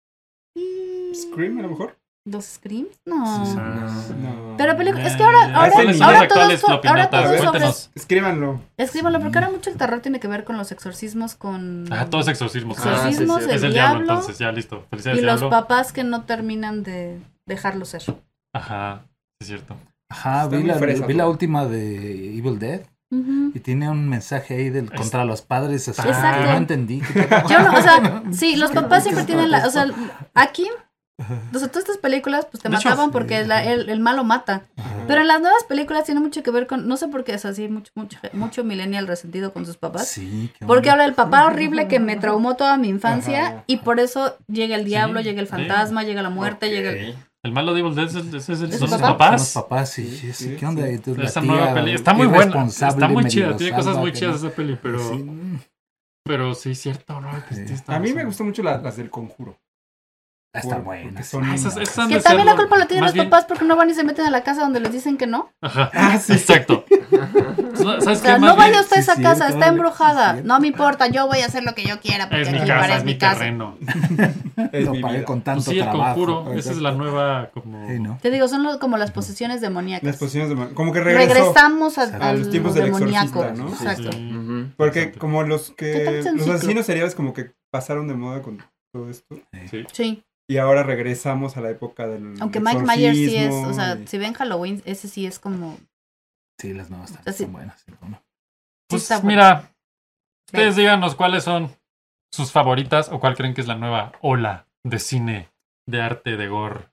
Scream, a lo mejor. ¿Los Screams? No. Sí, sí. No. Pero es que ahora ¿Cuáles son los ahora actuales, todos Flopinata? sobre... Cuéntanos. Escríbanlo. Escríbanlo, porque ahora mucho el terror tiene que ver con los exorcismos, con... Ah, todos exorcismos. Exorcismos, sí, sí. Es el diablo, entonces, ya listo. Felicidades, y los diablo. papás que no terminan de dejarlo ser. Ajá, es cierto. Ajá, Está vi muy la, fresa vi la todo. última de Evil Dead Ujú. y tiene un mensaje ahí contra los padres. Así, Exacto. que no entendí. ¿Qué tal? Yo no, o sea, sí, los papás siempre tienen la... O sea, aquí, o sea, todas estas películas pues te De hecho, mataban sí. porque el malo mata. Pero en las nuevas películas tiene mucho que ver con... No sé por qué es así, mucho millennial resentido con sus papás. Sí, qué Porque onda. habla del papá horrible que me traumó toda mi infancia Ajá. y por eso llega el diablo, Sí, llega el sí. fantasma, llega la muerte, llega el... El malo de Evil Dead son ¿Es sus su papás. papá? Son los papás, sí, Sí, sí, sí, ¿qué onda? sí. Entonces, la Esa tía nueva peli está muy buena. irresponsable Está muy medio chida. lo Tiene cosas salva, muy que chidas no- esa peli, pero... Sí. Pero sí, cierto, ¿no? Que Sí. sí está A mí me más- gustan mucho las del Conjuro. Está Porque buena. son- Ah, esas han Que de también la serlo. culpa la tienen Más los bien- papás porque no van y se meten a la casa donde les dicen que no. Ajá, Ah, sí. exacto. ¿Sabes O sea, qué? no Más vaya bien usted a esa sí, casa, cierto, está embrujada. cierto. No me importa, yo voy a hacer lo que yo quiera porque es mi aquí casa, para es mi casa. terreno. Es Lo mi pagué vida. con Pues tanto sí, el trabajo. conjuro. Esa es la nueva como... Sí, ¿no? Te digo, son como las posesiones demoníacas. Las posiciones de... Como que regresó. Regresamos a los al tiempos del demoníaco. exorcista, ¿no? Sí, Exacto. Sí. Ujú. Porque Interesante. como los Que también que... es un Los ciclo. asesinos seriales como que pasaron de moda con todo esto. Sí. Sí. Y ahora regresamos a la época del Aunque Mike Myers sí es, exorcismo o sea, y- si ven Halloween, ese sí es como... Sí, las nuevas están, Así. están buenas. Sí, ¿no? Pues está bueno. mira, ustedes díganos cuáles son sus favoritas o cuál creen que es la nueva ola de cine, de arte, de gore.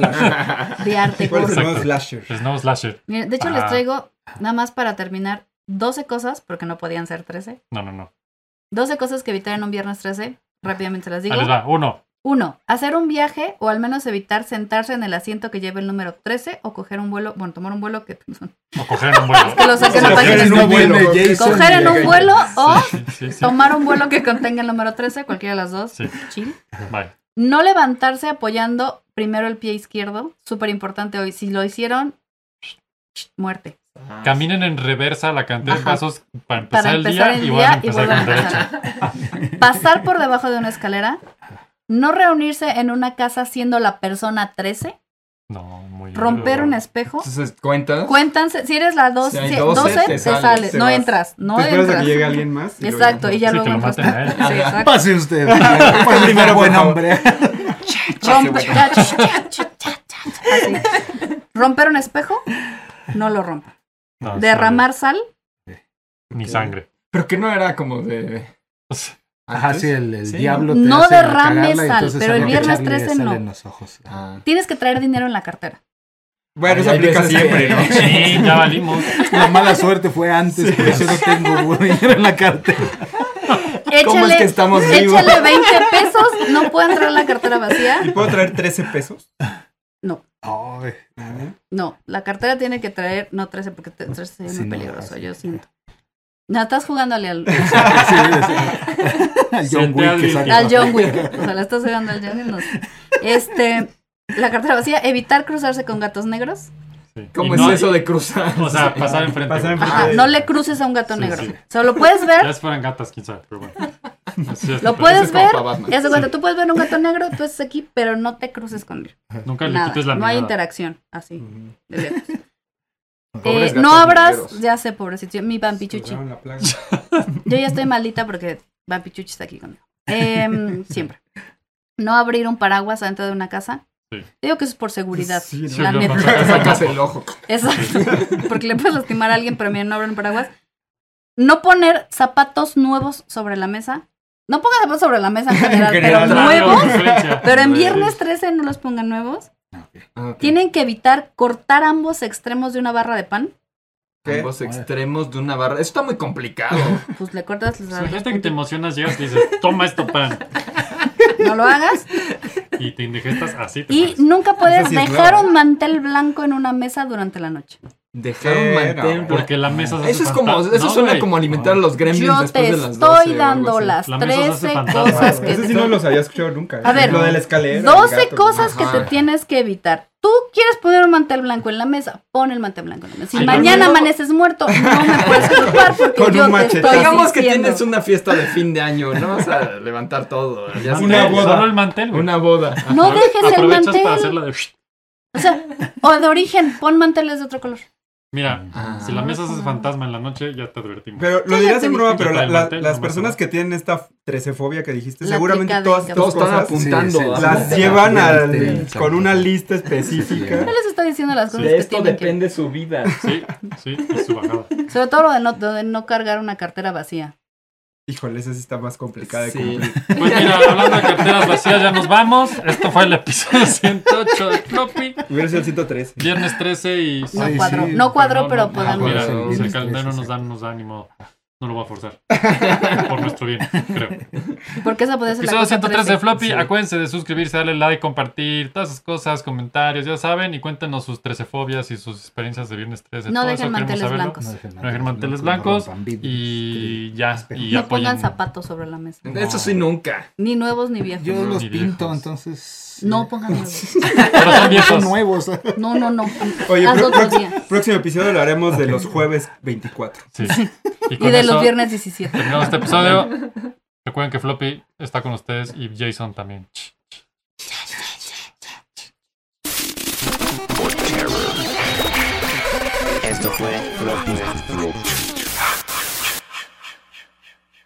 de arte. ¿Cuál es el gore. nuevo Exacto. slasher? Es nuevo slasher. Mira, de hecho, Ajá. les traigo, nada más para terminar, 12 cosas, porque no podían ser 13. No. 12 cosas que evitar en un viernes 13. Rápidamente las digo. Ahí les va. 1. 1. Hacer un viaje o al menos evitar sentarse en el asiento que lleve el número 13 o coger un vuelo, bueno, tomar un vuelo que... O coger en un vuelo. que lo saquen O a sea, páginas. en un vuelo. Coger en un vuelo o Sí. tomar un vuelo que contenga el número 13, cualquiera de las dos. Sí. Chill. Bye. No levantarse apoyando primero el pie izquierdo. Súper importante hoy. Si lo hicieron, muerte. Caminen en reversa la cantidad de Ajá. pasos para empezar, Para empezar el y van a día y empezar vuelvan con a derecha. empezar. Pasar por debajo de una escalera. No reunirse en una casa siendo la persona 13. No, muy Romper un espejo. Entonces, ¿cuentas? Cuéntanse, si eres la 12, Si hay 12, te te sales, sales. te No vas. entras, no Te esperas a entras. que llegue alguien más. y Exacto, y ya Sí, luego que lo entras. maten a él. Sí, exacto. Pase usted. Pase primero, buen hombre. Así. Romper un espejo, no lo rompa. No, Derramar sal, ni sangre. Pero que no era como de... O sea, Ajá, sí, el Sí, diablo ¿no? te No hace derrames cagarla y sal, entonces pero el había que viernes echarle 13 sal no. en los ojos. Tienes que traer dinero en la cartera. Bueno, eso Hay aplica veces siempre, que- ¿no? sí, ya valimos. La mala suerte fue antes, por eso no tengo dinero en la cartera. ¿Cómo es que estamos vivos? Échale 20 pesos, no puede entrar en la cartera vacía. ¿Y puedo traer 13 pesos? Ay, No, la cartera tiene que traer, no 13, porque 13 es muy Sí, no, peligroso, así. yo siento. No, estás jugándole al sí, al John Siente Wick, al- exacto. al John Wick. O sea, le estás jugando al John Wick. No sé. La cartera vacía, evitar cruzarse con gatos negros. Sí. ¿Cómo Y es no- eso de cruzar? O sea, pasar enfrente. Pasar güey. enfrente. Ajá, no le cruces a un gato Sí, negro. sí. Solo puedes Ya ver, si fueran gatas, quién sabe, pero bueno. Así es, lo pero puedes es como ver. para Batman. Ya se cuenta, tú puedes ver un gato negro, tú estás aquí, pero no te cruces con él. Nunca le Nada, quites la no hay mirada. interacción, así, de lejos. Pobres No gatos abras, negros. ya sé, pobrecito, mi vampichuchi. Jugaron la plaga. Yo ya estoy malita porque vampichuchi está aquí conmigo. Siempre. No abrir un paraguas adentro de una casa. Sí. Digo que eso es por seguridad, Sí, ¿no? la Sí, neta. lo- Sacas el ojo. Exacto. Porque le puedes lastimar a alguien, pero miren, no abran paraguas. No poner zapatos nuevos sobre la mesa. No pongan zapatos sobre la mesa en general, pero general, nuevos. Influencia. Pero en Sí. viernes 13 no los pongan nuevos. Ah, ok. Tienen que evitar cortar ambos extremos de una barra de pan. ¿Qué? Ambos extremos de una barra. Eso está muy complicado. Pues le cortas los Imagínate que te puntitos. emocionas, llegas y dices, toma esto pan. No lo hagas. Y te indigestas así. Te Y mueres. nunca puedes Eso sí es dejar nuevo. un mantel blanco en una mesa durante la noche. Dejar un ¿Qué? mantel. No, blanco. Porque la mesa se Eso hace es como, fantasma. eso No, suena güey. como alimentar a los gremlins Yo después te de las estoy 12 o algo dando así. las La mesa se hace 13 fantasma. cosas que Eso sí te... no los había escuchado nunca. A ver, lo de la escalera. el 12 gato, cosas que Ajá. te tienes que evitar. Tú quieres poner un mantel blanco en la mesa, pon el mantel blanco en la mesa. Si Ay, mañana pero no. amaneces muerto, no me puedes culpar porque Con un yo te machete. estoy Digamos que diciendo. tienes una fiesta de fin de año, no vas a levantar todo. Ya Mantel, Una boda. Solo el mantel, güey. Una boda. No dejes el Aprovechas mantel. para hacerla de... O sea, o de origen, pon manteles de otro color. Mira, Ah. si la mesa se hace fantasma en la noche, ya te advertimos. Pero lo Sí, dirás ya en te broma, dije. pero Quita el mantel, las no personas pasa que tienen esta trecefobia que dijiste, La seguramente picada todas de estas Todos están cosas apuntando. Sí, sí, a- las sí. llevan Sí, con una exacto. lista específica. Yo les estoy diciendo las cosas De que esto tienen depende su vida. Sí, sí, es su bajada. que... Sobre todo lo de no cargar una cartera vacía. Híjole, esa sí está más complicada de Sí. cumplir. Pues mira, hablando de carteras vacías, ya nos vamos. Esto fue el episodio 108 de Floppy. Hubiera sido el 113. Viernes 13 y... No Ay, cuadró, sí, no cuadró, no, pero no, podemos. Mira, Sí, si el sí, calendario sí, nos da ánimo, no lo voy a forzar. Por nuestro bien, creo. Porque esa puede ser la Episodio cosa 103 de 13. Floppy. Sí. Acuérdense de suscribirse, darle like, compartir, todas esas cosas, comentarios, ya saben. Y cuéntenos sus 13 fobias y sus experiencias de Viernes 13. No Todo dejen eso queremos manteles saberlo. blancos. No dejen manteles blancos. Y ya, y No apoyen. pongan zapatos sobre la mesa. Eso sí, nunca. Ni nuevos ni viejos. Yo los Ni pinto, viejos. entonces. No pongan nuevos. Pero son Son viejos. nuevos. No, no, no. Oye, Haz otro día. próximo episodio lo haremos de los jueves 24. Sí. Y Y con de eso los viernes 17. terminamos este episodio. Recuerden que Floppy está con ustedes y Jason también. For terror. Esto fue Floppy.